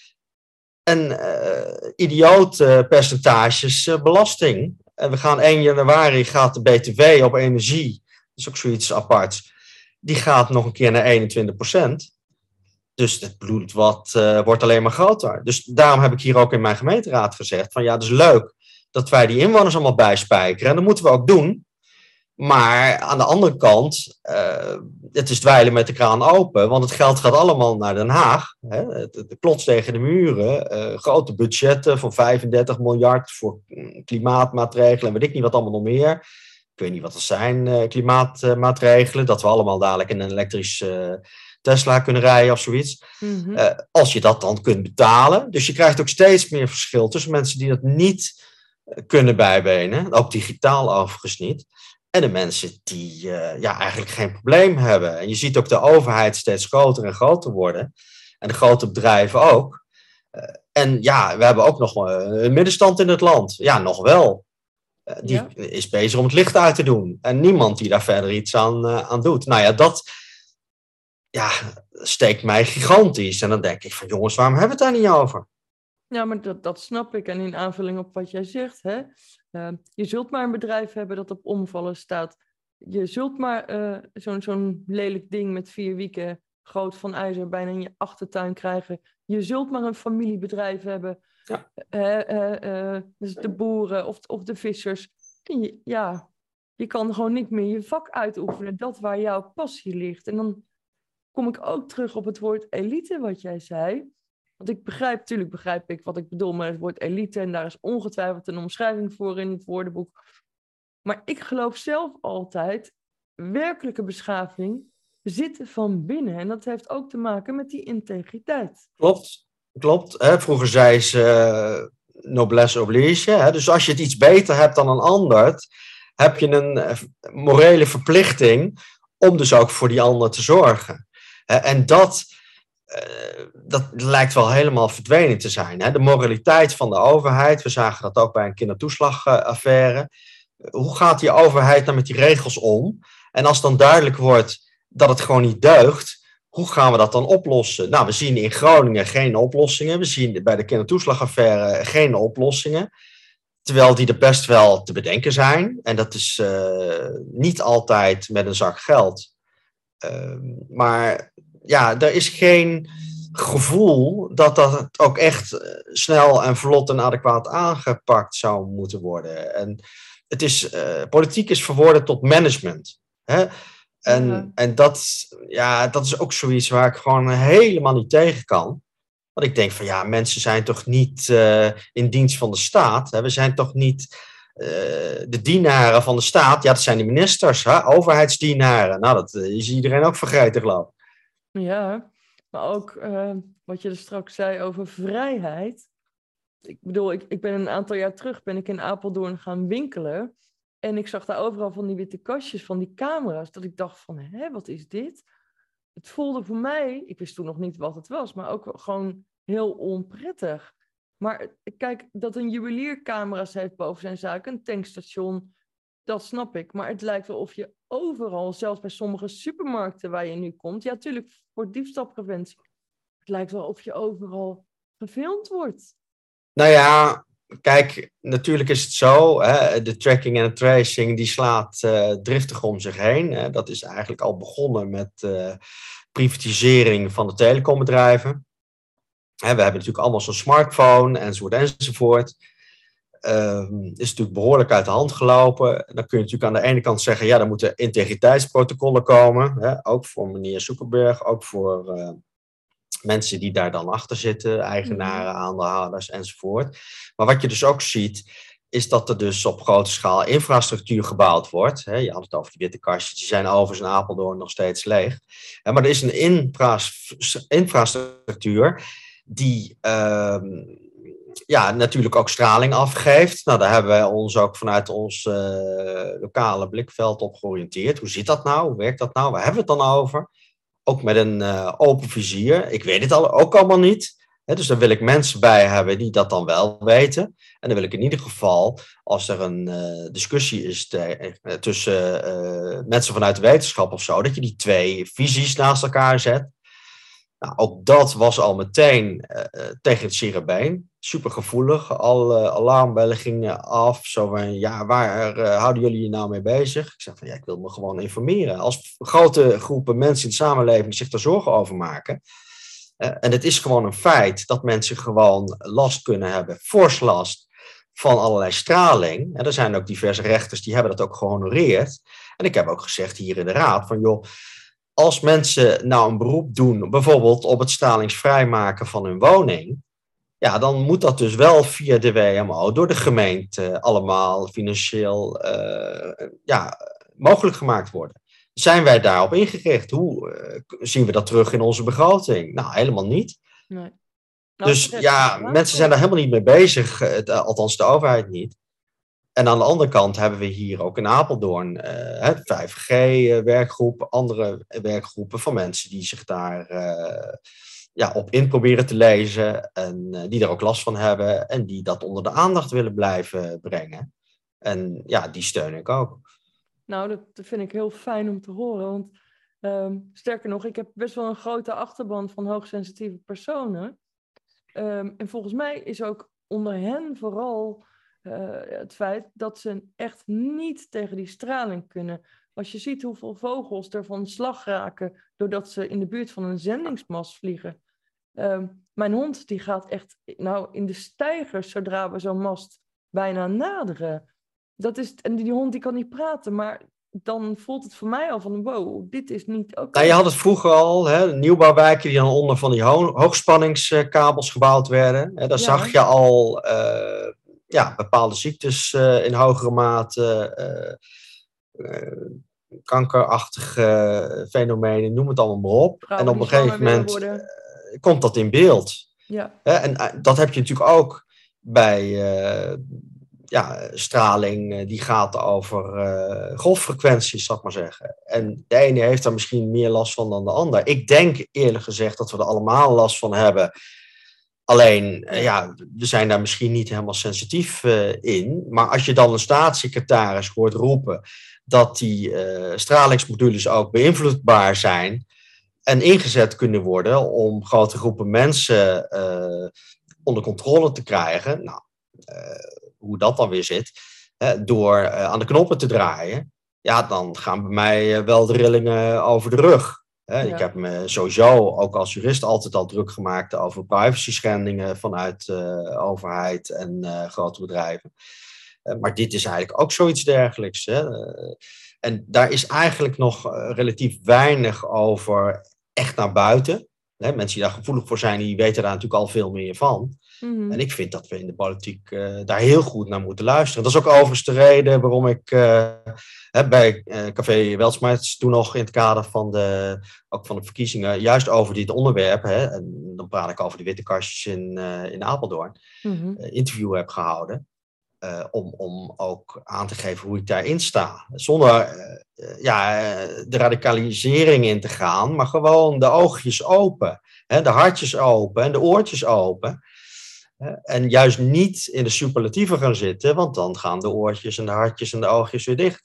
Speaker 2: En uh, idiote percentages uh, belasting. En we gaan één januari gaat de B T W op energie, dat is ook zoiets aparts, die gaat nog een keer naar eenentwintig procent. Dus het bloedbad uh, wordt alleen maar groter. Dus daarom heb ik hier ook in mijn gemeenteraad gezegd van ja, het is leuk dat wij die inwoners allemaal bijspijkeren. En dat moeten we ook doen. Maar aan de andere kant, uh, het is dweilen met de kraan open. Want het geld gaat allemaal naar Den Haag. Hè? Het, het klotst tegen de muren. Uh, grote budgetten van vijfendertig miljard voor klimaatmaatregelen. En weet ik niet wat allemaal nog meer. Ik weet niet wat er zijn, uh, klimaatmaatregelen. Dat we allemaal dadelijk in een elektrisch Uh, Tesla kunnen rijden of zoiets. Mm-hmm. Uh, als je dat dan kunt betalen. Dus je krijgt ook steeds meer verschil tussen mensen die dat niet kunnen bijbenen. Ook digitaal overigens niet. En de mensen die uh, ja, eigenlijk geen probleem hebben. En je ziet ook de overheid steeds groter en groter worden. En de grote bedrijven ook. Uh, en ja, we hebben ook nog een middenstand in het land. Ja, nog wel. Uh, die ja. is bezig om het licht uit te doen. En niemand die daar verder iets aan, uh, aan doet. Nou ja, dat ja, steekt mij gigantisch. En dan denk ik van, jongens, waarom hebben we het daar niet over?
Speaker 1: Ja, maar dat, dat snap ik. En in aanvulling op wat jij zegt, hè, uh, je zult maar een bedrijf hebben dat op omvallen staat. Je zult maar uh, zo'n, zo'n lelijk ding met vier wieken groot van ijzer bijna in je achtertuin krijgen. Je zult maar een familiebedrijf hebben.
Speaker 2: Ja.
Speaker 1: Uh, uh, uh, dus de boeren of, of de vissers. Je, ja, je kan gewoon niet meer je vak uitoefenen. Dat waar jouw passie ligt. En dan kom ik ook terug op het woord elite, wat jij zei. Want ik begrijp, natuurlijk begrijp ik wat ik bedoel met het woord elite. En daar is ongetwijfeld een omschrijving voor in het woordenboek. Maar ik geloof zelf altijd, werkelijke beschaving zit van binnen. En dat heeft ook te maken met die integriteit.
Speaker 2: Klopt, klopt. Hè? Vroeger zei ze uh, noblesse oblige. Hè? Dus als je het iets beter hebt dan een ander, heb je een uh, morele verplichting om dus ook voor die ander te zorgen. Uh, en dat, uh, dat lijkt wel helemaal verdwenen te zijn. Hè? De moraliteit van de overheid, we zagen dat ook bij een kindertoeslagaffaire. Hoe gaat die overheid nou met die regels om? En als dan duidelijk wordt dat het gewoon niet deugt, hoe gaan we dat dan oplossen? Nou, we zien in Groningen geen oplossingen. We zien bij de kindertoeslagaffaire geen oplossingen. Terwijl die er best wel te bedenken zijn. En dat is uh, niet altijd met een zak geld. Uh, maar ja, er is geen gevoel dat dat ook echt snel en vlot en adequaat aangepakt zou moeten worden. En het is, uh, politiek is verworden tot management. Hè? En, ja. en dat, ja, dat is ook zoiets waar ik gewoon helemaal niet tegen kan. Want ik denk van ja, mensen zijn toch niet uh, in dienst van de staat. Hè? We zijn toch niet uh, de dienaren van de staat. Ja, dat zijn de ministers, hè? Overheidsdienaren. Nou, dat is iedereen ook vergeten, geloof ik.
Speaker 1: Ja, maar ook uh, wat je er straks zei over vrijheid. Ik bedoel, ik, ik ben een aantal jaar terug ben ik in Apeldoorn gaan winkelen. En ik zag daar overal van die witte kastjes, van die camera's. Dat ik dacht van, hé, wat is dit? Het voelde voor mij, ik wist toen nog niet wat het was, maar ook gewoon heel onprettig. Maar kijk, dat een juwelier camera's heeft boven zijn zaak, een tankstation, dat snap ik. Maar het lijkt wel of je overal, zelfs bij sommige supermarkten waar je nu komt, ja, natuurlijk voor diefstalpreventie. Het lijkt wel of je overal gefilmd wordt.
Speaker 2: Nou ja, kijk, natuurlijk is het zo, hè, de tracking en de tracing die slaat uh, driftig om zich heen. Uh, dat is eigenlijk al begonnen met uh, privatisering van de telecombedrijven. Hè, we hebben natuurlijk allemaal zo'n smartphone enzovoort enzovoort. Uh, is natuurlijk behoorlijk uit de hand gelopen. Dan kun je natuurlijk aan de ene kant zeggen, ja, er moeten integriteitsprotocollen komen. Hè, ook voor meneer Zuckerberg, ook voor Uh, mensen die daar dan achter zitten, eigenaren, aandeelhouders enzovoort. Maar wat je dus ook ziet, is dat er dus op grote schaal infrastructuur gebouwd wordt. Je had het over die witte kastjes, die zijn overigens in Apeldoorn nog steeds leeg. Maar er is een infra- infrastructuur die uh, ja, natuurlijk ook straling afgeeft. Nou, daar hebben wij ons ook vanuit ons uh, lokale blikveld op georiënteerd. Hoe zit dat nou? Hoe werkt dat nou? Waar hebben we het dan over? Ook met een uh, open vizier. Ik weet het al, ook allemaal niet. Hè, dus daar wil ik mensen bij hebben die dat dan wel weten. En dan wil ik in ieder geval, als er een uh, discussie is te, uh, tussen uh, mensen vanuit de wetenschap of zo, dat je die twee visies naast elkaar zet. Nou, ook dat was al meteen uh, tegen het zere been. Super gevoelig. Alle uh, alarmbellen gingen af. Zo van, ja, waar uh, houden jullie je nou mee bezig? Ik zeg van, ja, ik wil me gewoon informeren. Als grote groepen mensen in de samenleving zich daar zorgen over maken. Uh, en het is gewoon een feit dat mensen gewoon last kunnen hebben. Fors last van allerlei straling. En er zijn ook diverse rechters die hebben dat ook gehonoreerd. En ik heb ook gezegd hier in de raad van, joh, als mensen nou een beroep doen, bijvoorbeeld op het stralingsvrijmaken van hun woning, ja, dan moet dat dus wel via de W M O door de gemeente allemaal financieel uh, ja, mogelijk gemaakt worden. Zijn wij daarop ingericht? Hoe uh, zien we dat terug in onze begroting? Nou, helemaal niet.
Speaker 1: Nee. Nou,
Speaker 2: dus ja, mensen zijn daar helemaal niet mee bezig, het, althans de overheid niet. En aan de andere kant hebben we hier ook in Apeldoorn uh, vijf G-werkgroep, andere werkgroepen van mensen die zich daar uh, ja, op in proberen te lezen en uh, die er ook last van hebben en die dat onder de aandacht willen blijven brengen. En ja, die steun ik ook.
Speaker 1: Nou, dat vind ik heel fijn om te horen, want um, sterker nog, ik heb best wel een grote achterban van hoogsensitieve personen. Um, en volgens mij is ook onder hen vooral uh, het feit dat ze echt niet tegen die straling kunnen. Als je ziet hoeveel vogels er van slag raken doordat ze in de buurt van een zendingsmast vliegen. Um, mijn hond die gaat echt nou, in de steigers zodra we zo'n mast bijna naderen. Dat is, en die hond die kan niet praten, maar dan voelt het voor mij al van wow, dit is niet oké.
Speaker 2: Nou, je had het vroeger al, hè, nieuwbouwwijken die dan onder van die ho- hoogspanningskabels gebouwd werden. Hè, daar ja. zag je al uh, ja, bepaalde ziektes uh, in hogere mate, uh, uh, kankerachtige fenomenen, noem het allemaal maar op.
Speaker 1: Vrouwen
Speaker 2: en op een gegeven moment uh, komt dat in beeld.
Speaker 1: Ja.
Speaker 2: Hè, en uh, dat heb je natuurlijk ook bij uh, ja, straling, die gaat over uh, golffrequenties, zal ik maar zeggen. En de ene heeft daar misschien meer last van dan de ander. Ik denk eerlijk gezegd dat we er allemaal last van hebben. Alleen, uh, ja, we zijn daar misschien niet helemaal sensitief uh, in. Maar als je dan een staatssecretaris hoort roepen dat die uh, stralingsmodules ook beïnvloedbaar zijn en ingezet kunnen worden om grote groepen mensen uh, onder controle te krijgen. Nou, uh, hoe dat dan weer zit, hè, door uh, aan de knoppen te draaien, ja, dan gaan bij mij uh, wel de rillingen over de rug. Hè. Ja. Ik heb me sowieso, ook als jurist, altijd al druk gemaakt over privacy schendingen vanuit de uh, overheid en uh, grote bedrijven. Uh, maar dit is eigenlijk ook zoiets dergelijks. Hè. Uh, en daar is eigenlijk nog uh, relatief weinig over echt naar buiten. Hè. Mensen die daar gevoelig voor zijn, die weten daar natuurlijk al veel meer van. Mm-hmm. En ik vind dat we in de politiek uh, daar heel goed naar moeten luisteren. Dat is ook overigens de reden waarom ik uh, bij uh, Café Weltsmaats toen nog in het kader van de, ook van de verkiezingen, juist over dit onderwerp, hè, en dan praat ik over de witte kastjes in, uh, in Apeldoorn, mm-hmm. uh, interview heb gehouden. Uh, om, om ook aan te geven hoe ik daarin sta. Zonder uh, ja, de radicalisering in te gaan, maar gewoon de oogjes open. Hè, de hartjes open en de oortjes open. En juist niet in de superlatieven gaan zitten, want dan gaan de oortjes en de hartjes en de oogjes weer dicht.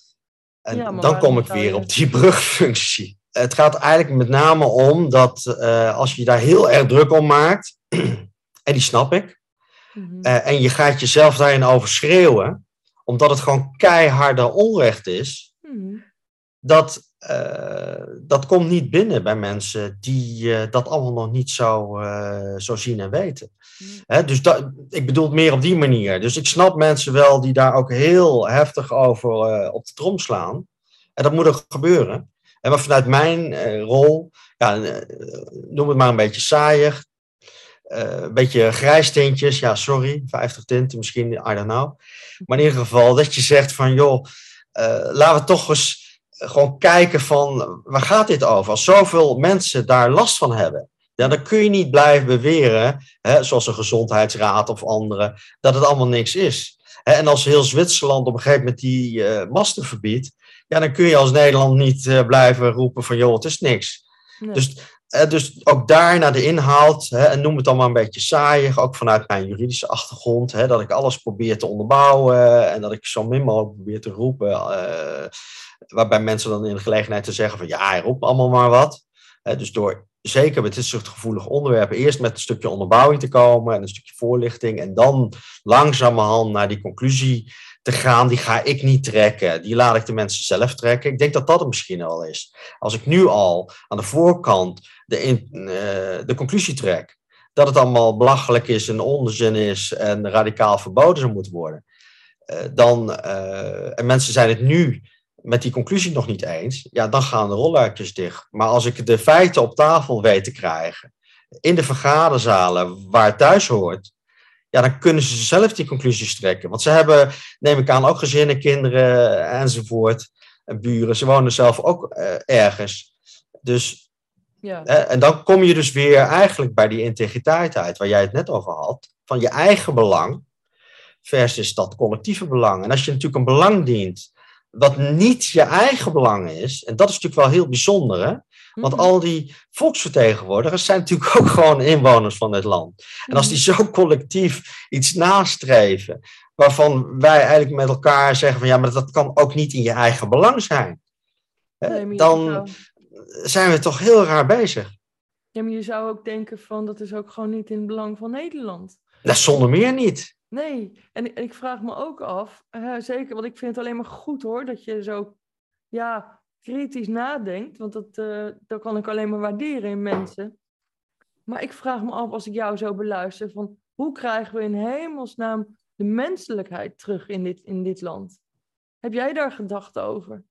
Speaker 2: En ja, dan kom ik weer je... op die brugfunctie. Het gaat eigenlijk met name om dat uh, als je daar heel erg druk om maakt, en die snap ik, mm-hmm. uh, en je gaat jezelf daarin overschreeuwen, omdat het gewoon keiharde onrecht is, mm-hmm. dat, uh, dat komt niet binnen bij mensen die uh, dat allemaal nog niet zo, uh, zo zien en weten. He, dus dat, ik bedoel het meer op die manier. Dus ik snap mensen wel die daar ook heel heftig over uh, op de trom slaan. En dat moet er gebeuren. En maar vanuit mijn uh, rol, ja, uh, noem het maar een beetje saaiig. Uh, een beetje grijs tintjes. Ja, sorry, vijftig tinten misschien, I don't know. Maar in ieder geval dat je zegt van, joh, uh, laten we toch eens gewoon kijken van, waar gaat dit over? Als zoveel mensen daar last van hebben. Ja, dan kun je niet blijven beweren, hè, zoals een gezondheidsraad of anderen, dat het allemaal niks is. Hè, en als heel Zwitserland op een gegeven moment die uh, masten verbiedt, ja, dan kun je als Nederland niet uh, blijven roepen van, joh, het is niks. Nee. Dus, uh, dus ook daar naar de inhoud, hè, en noem het dan maar een beetje saaiig, ook vanuit mijn juridische achtergrond, hè, dat ik alles probeer te onderbouwen en dat ik zo min mogelijk probeer te roepen, uh, waarbij mensen dan in de gelegenheid te zeggen van, ja, roep allemaal maar wat. Hè, dus door zeker met dit soort gevoelige onderwerpen eerst met een stukje onderbouwing te komen en een stukje voorlichting en dan langzamerhand naar die conclusie te gaan, die ga ik niet trekken. Die laat ik de mensen zelf trekken. Ik denk dat dat er misschien al is. Als ik nu al aan de voorkant de, in, uh, de conclusie trek dat het allemaal belachelijk is en onzin is en radicaal verboden zou moeten worden, uh, dan, uh, en mensen zijn het nu met die conclusie nog niet eens, ja, dan gaan de rolluikjes dicht. Maar als ik de feiten op tafel weet te krijgen, in de vergaderzalen waar het thuis hoort, ja, dan kunnen ze zelf die conclusies trekken. Want ze hebben, neem ik aan, ook gezinnen, kinderen enzovoort, en buren. Ze wonen zelf ook uh, ergens. Dus, ja. uh, en dan kom je dus weer eigenlijk bij die integriteit uit, waar jij het net over had, van je eigen belang versus dat collectieve belang. En als je natuurlijk een belang dient wat niet je eigen belang is, en dat is natuurlijk wel heel bijzonder, hè? Want
Speaker 1: Mhm.
Speaker 2: al die volksvertegenwoordigers zijn natuurlijk ook gewoon inwoners van dit land. En als die zo collectief iets nastreven, waarvan wij eigenlijk met elkaar zeggen van ja, maar dat kan ook niet in je eigen belang zijn. Hè,
Speaker 1: Nee, maar je
Speaker 2: dan
Speaker 1: zou,
Speaker 2: zijn we toch heel raar bezig.
Speaker 1: ja, maar je zou ook denken van dat is ook gewoon niet in het belang van Nederland.
Speaker 2: Dat zonder meer niet.
Speaker 1: Nee, en ik, en ik vraag me ook af, hè, zeker, want ik vind het alleen maar goed hoor, dat je zo ja, kritisch nadenkt, want dat, eh, dat kan ik alleen maar waarderen in mensen. Maar ik vraag me af, als ik jou zo beluister, van hoe krijgen we in hemelsnaam de menselijkheid terug in dit, in dit land? Heb jij daar gedachten over?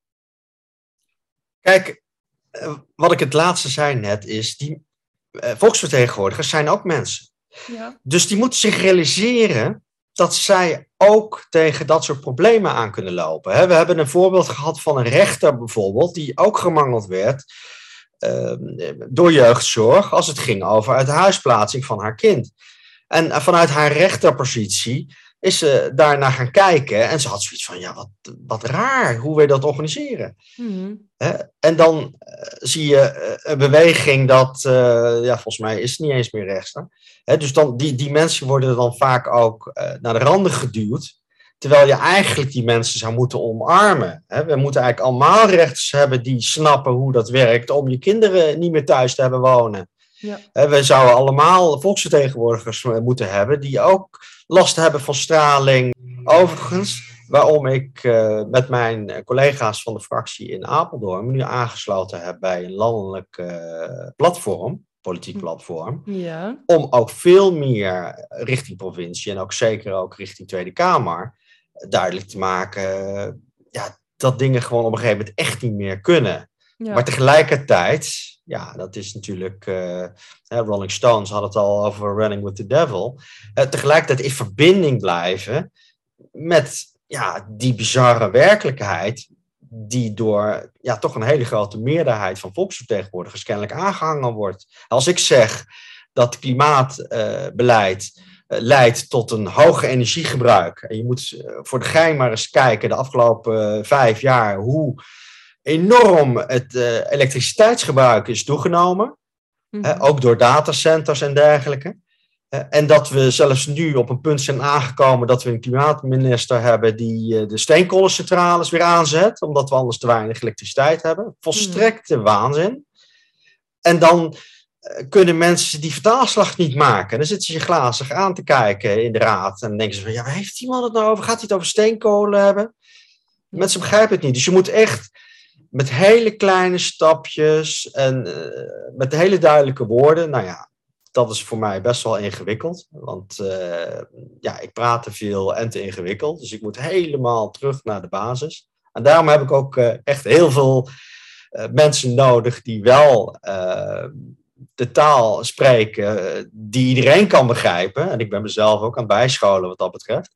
Speaker 2: Kijk, eh, wat ik het laatste zei net is, die eh, volksvertegenwoordigers zijn ook mensen.
Speaker 1: Ja.
Speaker 2: Dus die moeten zich realiseren dat zij ook tegen dat soort problemen aan kunnen lopen. We hebben een voorbeeld gehad van een rechter bijvoorbeeld, die ook gemangeld werd uh, door jeugdzorg als het ging over uit de huisplaatsing van haar kind. En vanuit haar rechterpositie is ze daarnaar gaan kijken en ze had zoiets van, ja, wat, wat raar hoe we dat organiseren.
Speaker 1: Mm-hmm.
Speaker 2: En dan uh, zie je uh, een beweging dat, uh, ja, volgens mij is het niet eens meer rechter. Hè, dus dan, die, die mensen worden dan vaak ook uh, naar de randen geduwd. Terwijl je eigenlijk die mensen zou moeten omarmen. Hè. We moeten eigenlijk allemaal rechters hebben die snappen hoe dat werkt om je kinderen niet meer thuis te hebben wonen.
Speaker 1: Ja.
Speaker 2: Hè, we zouden allemaal volksvertegenwoordigers moeten hebben die ook last hebben van straling. Overigens, waarom ik uh, met mijn collega's van de fractie in Apeldoorn me nu aangesloten heb bij een landelijk uh, platform, politiek platform,
Speaker 1: Ja.
Speaker 2: om ook veel meer richting provincie en ook zeker ook richting Tweede Kamer duidelijk te maken uh, ja, dat dingen gewoon op een gegeven moment echt niet meer kunnen. Ja. Maar tegelijkertijd, ja, dat is natuurlijk, uh, Rolling Stones had het al over Running with the Devil, uh, tegelijkertijd in verbinding blijven met ja, die bizarre werkelijkheid die door ja, toch een hele grote meerderheid van volksvertegenwoordigers kennelijk aangehangen wordt. Als ik zeg dat klimaatbeleid uh, uh, leidt tot een hoger energiegebruik, en je moet uh, voor de gein maar eens kijken de afgelopen uh, vijf jaar hoe enorm het uh, elektriciteitsgebruik is toegenomen, mm-hmm. uh, ook door datacenters en dergelijke. Uh, en dat we zelfs nu op een punt zijn aangekomen dat we een klimaatminister hebben die uh, de steenkolencentrales weer aanzet, omdat we anders te weinig elektriciteit hebben. Volstrekte mm. waanzin. En dan uh, kunnen mensen die vertaalslag niet maken. En dan zitten ze je glazig aan te kijken in de raad. En dan denken ze van, ja, waar heeft die man het nou over? Gaat hij het over steenkolen hebben? Ja. Mensen begrijpen het niet. Dus je moet echt met hele kleine stapjes en uh, met hele duidelijke woorden, nou ja, dat is voor mij best wel ingewikkeld, want uh, ja, ik praat te veel en te ingewikkeld, dus ik moet helemaal terug naar de basis. En daarom heb ik ook uh, echt heel veel uh, mensen nodig die wel uh, de taal spreken die iedereen kan begrijpen. En ik ben mezelf ook aan het bijscholen wat dat betreft.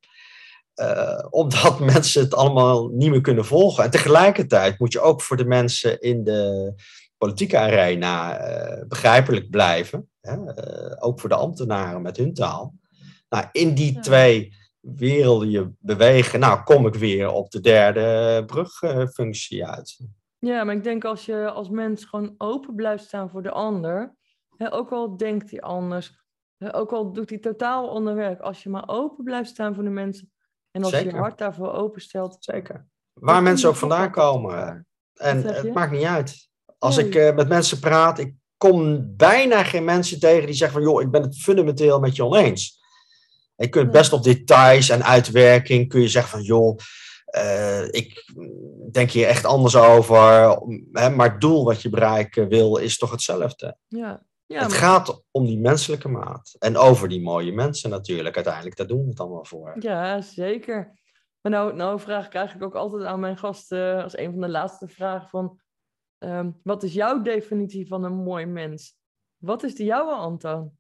Speaker 2: Uh, omdat mensen het allemaal niet meer kunnen volgen. En tegelijkertijd moet je ook voor de mensen in de politieke arena uh, begrijpelijk blijven. Hè? Uh, ook voor de ambtenaren met hun taal. Nou, in die ja. twee werelden je bewegen, nou kom ik weer op de derde brugfunctie uh, uit.
Speaker 1: Ja, maar ik denk als je als mens gewoon open blijft staan voor de ander, hè, ook al denkt hij anders, hè, ook al doet hij totaal ander werk, als je maar open blijft staan voor de mensen en als Zeker. je je hart daarvoor openstelt.
Speaker 2: Zeker. Waar mensen ook vandaan komen. En het maakt niet uit. Als ik uh, met mensen praat, ik kom bijna geen mensen tegen die zeggen van, joh, ik ben het fundamenteel met je oneens. En je kunt best op details en uitwerking, kun je zeggen van, joh, uh, ik denk hier echt anders over. Hè, maar het doel wat je bereiken wil, is toch hetzelfde.
Speaker 1: Ja. Ja,
Speaker 2: het
Speaker 1: maar...
Speaker 2: gaat om die menselijke maat. En over die mooie mensen natuurlijk. Uiteindelijk, daar doen we het allemaal voor.
Speaker 1: Ja, zeker. Maar nou, nou vraag ik eigenlijk ook altijd aan mijn gasten, als een van de laatste vragen van, um, wat is jouw definitie van een mooi mens? Wat is de jouwe, Anton?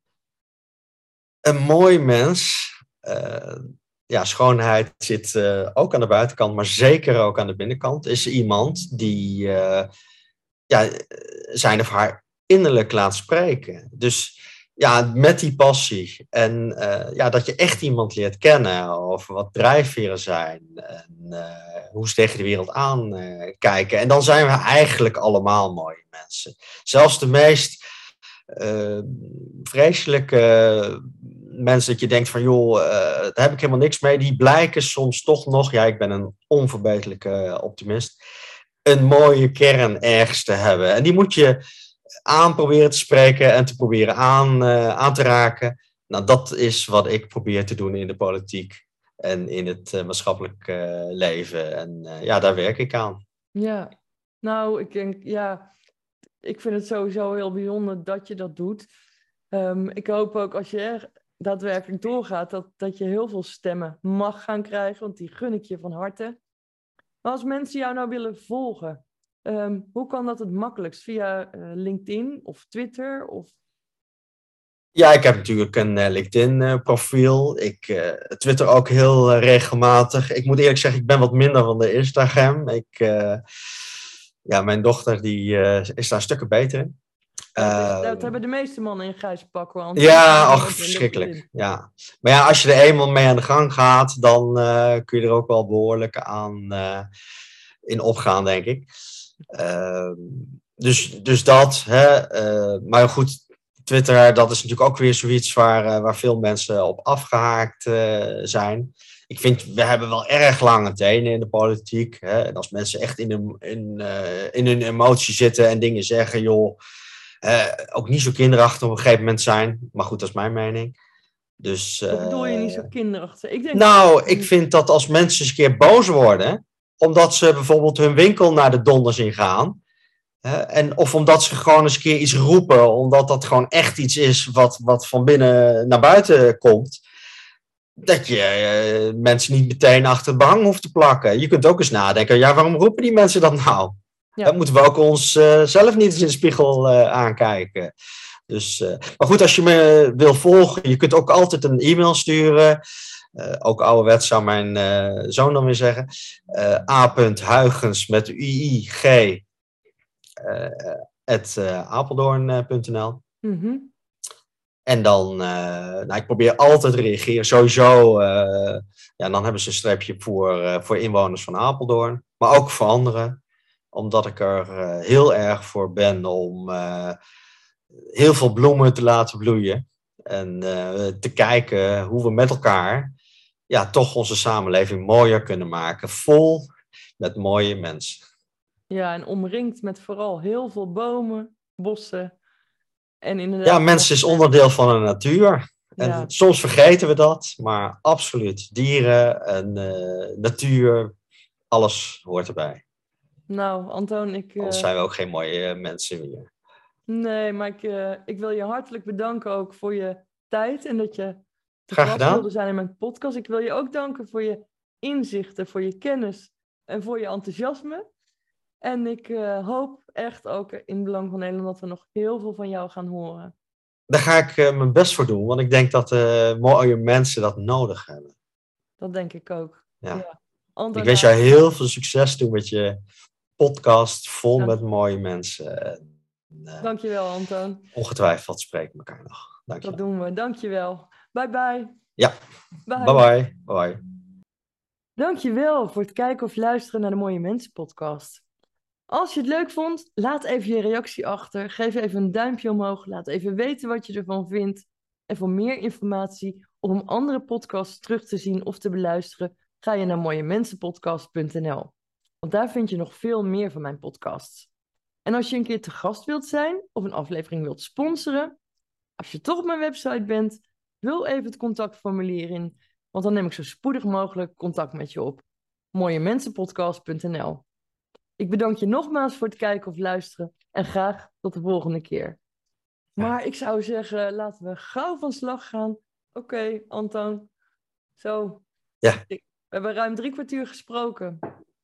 Speaker 2: Een mooi mens, uh, ja, schoonheid zit uh, ook aan de buitenkant, maar zeker ook aan de binnenkant, is iemand die uh, ja, zijn of haar innerlijk laat spreken. Dus ja, met die passie. En uh, ja, dat je echt iemand leert kennen over wat drijfveren zijn. En uh, hoe ze tegen de wereld aankijken. Uh, en dan zijn we eigenlijk allemaal mooie mensen. Zelfs de meest uh, vreselijke mensen dat je denkt van joh, uh, daar heb ik helemaal niks mee. Die blijken soms toch nog, ja, ik ben een onverbeterlijke optimist, een mooie kern ergens te hebben. En die moet je aan proberen te spreken en te proberen aan, uh, aan te raken. Nou, dat is wat ik probeer te doen in de politiek en in het uh, maatschappelijk uh, leven. En uh, ja, daar werk ik aan.
Speaker 1: Ja, nou, ik denk, ja, ik vind het sowieso heel bijzonder dat je dat doet. Um, ik hoop ook als je er daadwerkelijk doorgaat, dat, dat je heel veel stemmen mag gaan krijgen, want die gun ik je van harte. Maar als mensen jou nou willen volgen, um, hoe kan dat het makkelijkst? Via uh, LinkedIn of Twitter? Of...
Speaker 2: Ja, ik heb natuurlijk een uh, LinkedIn-profiel. Uh, ik uh, twitter ook heel uh, regelmatig. Ik moet eerlijk zeggen, ik ben wat minder van de Instagram. Ik, uh, ja, mijn dochter die, uh, is daar stukken beter in.
Speaker 1: Dat, is, dat hebben de meeste mannen in grijze pakken. Want
Speaker 2: ja, ach, verschrikkelijk. Ja. Maar ja, als je er eenmaal mee aan de gang gaat, dan uh, kun je er ook wel behoorlijk aan uh, in opgaan, denk ik. Uh, dus, dus dat. Hè, uh, maar goed, Twitter, dat is natuurlijk ook weer zoiets waar, uh, waar veel mensen op afgehaakt uh, zijn. Ik vind, we hebben wel erg lange tenen in de politiek. Hè, en als mensen echt in hun, in, uh, in hun emotie zitten en dingen zeggen, joh... Uh, ook niet zo kinderachtig op een gegeven moment zijn. Maar goed, dat is mijn mening. Dus, uh,
Speaker 1: Hoe bedoel je niet zo kinderachtig? Ik denk
Speaker 2: nou,
Speaker 1: dat...
Speaker 2: ik vind dat als mensen eens een keer boos worden... omdat ze bijvoorbeeld hun winkel naar de donders in gaan... Hè, en, of omdat ze gewoon eens een keer iets roepen... omdat dat gewoon echt iets is wat, wat van binnen naar buiten komt... dat je uh, mensen niet meteen achter het behang hoeft te plakken. Je kunt ook eens nadenken... ja, waarom roepen die mensen dat nou? Ja. Dan moeten we ook onszelf uh, niet eens in de spiegel uh, aankijken. Dus, uh, maar goed, als je me wil volgen, je kunt ook altijd een e-mail sturen. Uh, ook ouderwets zou mijn uh, zoon dan weer zeggen. Uh, a.huigens met u-i-g uh, at uh, apeldoorn punt n l.
Speaker 1: Mm-hmm.
Speaker 2: En dan, uh, nou, ik probeer altijd te reageren. Sowieso, uh, ja, dan hebben ze een streepje voor, uh, voor inwoners van Apeldoorn. Maar ook voor anderen. Omdat ik er uh, heel erg voor ben om uh, heel veel bloemen te laten bloeien. En uh, te kijken hoe we met elkaar ja, toch onze samenleving mooier kunnen maken. Vol met mooie mensen.
Speaker 1: Ja, en omringd met vooral heel veel bomen, bossen. En inderdaad...
Speaker 2: Ja, mens is onderdeel van de natuur. En ja. Soms vergeten we dat, maar absoluut. Dieren en uh, natuur, alles hoort erbij.
Speaker 1: Nou, Antoon, ik... Uh...
Speaker 2: Anders zijn we ook geen mooie uh, mensen meer.
Speaker 1: Nee, maar ik, uh, ik wil je hartelijk bedanken ook voor je tijd en dat je te
Speaker 2: gast
Speaker 1: wilde zijn in mijn podcast. Ik wil je ook danken voor je inzichten, voor je kennis en voor je enthousiasme. En ik uh, hoop echt ook in het belang van Nederland dat we nog heel veel van jou gaan horen.
Speaker 2: Daar ga ik uh, mijn best voor doen, want ik denk dat uh, mooie mensen dat nodig hebben.
Speaker 1: Dat denk ik ook. Ja. Ja.
Speaker 2: Anton, ik wens jou heel veel succes toe met je podcast vol
Speaker 1: ja.
Speaker 2: met mooie mensen. En,
Speaker 1: uh, Dankjewel, Anton.
Speaker 2: Ongetwijfeld spreken we elkaar nog.
Speaker 1: Dankjewel. Dat doen we. Dankjewel. Bye bye.
Speaker 2: Ja. Bye bye. bye, bye.
Speaker 1: Dankjewel voor het kijken of luisteren naar de Mooie Mensen podcast. Als je het leuk vond, laat even je reactie achter. Geef even een duimpje omhoog. Laat even weten wat je ervan vindt. En voor meer informatie of om andere podcasts terug te zien of te beluisteren, ga je naar mooie mensen podcast punt n l. Want daar vind je nog veel meer van mijn podcasts. En als je een keer te gast wilt zijn of een aflevering wilt sponsoren, als je toch op mijn website bent, vul even het contactformulier in, want dan neem ik zo spoedig mogelijk contact met je op. mooie mensen podcast punt n l. Ik bedank je nogmaals voor het kijken of luisteren en graag tot de volgende keer. Maar ik zou zeggen, laten we gauw van slag gaan. Oké, okay, Anton. Zo.
Speaker 2: Ja.
Speaker 1: We hebben ruim drie kwartier gesproken.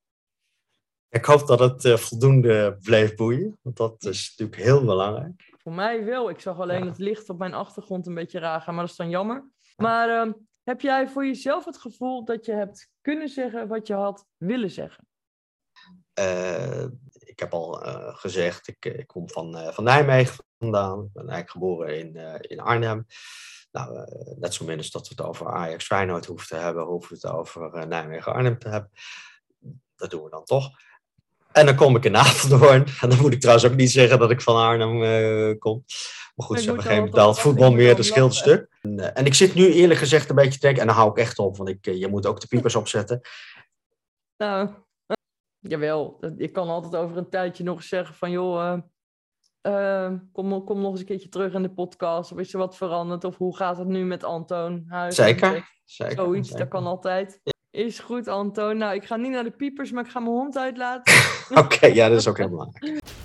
Speaker 2: Ik hoop dat het uh, voldoende bleef boeien, want dat is natuurlijk heel belangrijk.
Speaker 1: Voor mij wel. Ik zag alleen ja. het licht op mijn achtergrond een beetje raar gaan, maar dat is dan jammer. Maar uh, heb jij voor jezelf het gevoel dat je hebt kunnen zeggen wat je had willen zeggen?
Speaker 2: Uh, ik heb al uh, gezegd, ik, ik kom van, uh, van Nijmegen, vandaan. Ik ben eigenlijk geboren in, uh, in Arnhem. Nou, uh, net zo min als dat we het over Ajax Feyenoord hoeven te hebben, hoeven we het over uh, Nijmegen Arnhem te hebben. Dat doen we dan toch. En dan kom ik in Apeldoorn. En dan moet ik trouwens ook niet zeggen dat ik van Arnhem uh, kom. Maar goed, ze hebben geen betaald voetbal meer, dat scheelt een stuk. En, uh, en ik zit nu eerlijk gezegd een beetje te denken, en dan hou ik echt op, want ik, uh, je moet ook de piepers opzetten.
Speaker 1: Nou, uh, jawel. Ik kan altijd over een tijdje nog zeggen van, joh, uh, uh, kom, kom nog eens een keertje terug in de podcast. Of is er wat veranderd? Of hoe gaat het nu met Antoon Huijs?
Speaker 2: Zeker, zeker.
Speaker 1: Zoiets,
Speaker 2: zeker.
Speaker 1: Dat kan altijd. Ja. Is goed, Antoon. Nou, ik ga niet naar de piepers, maar ik ga mijn hond uitlaten.
Speaker 2: Oké, okay, ja, dat is ook heel belangrijk.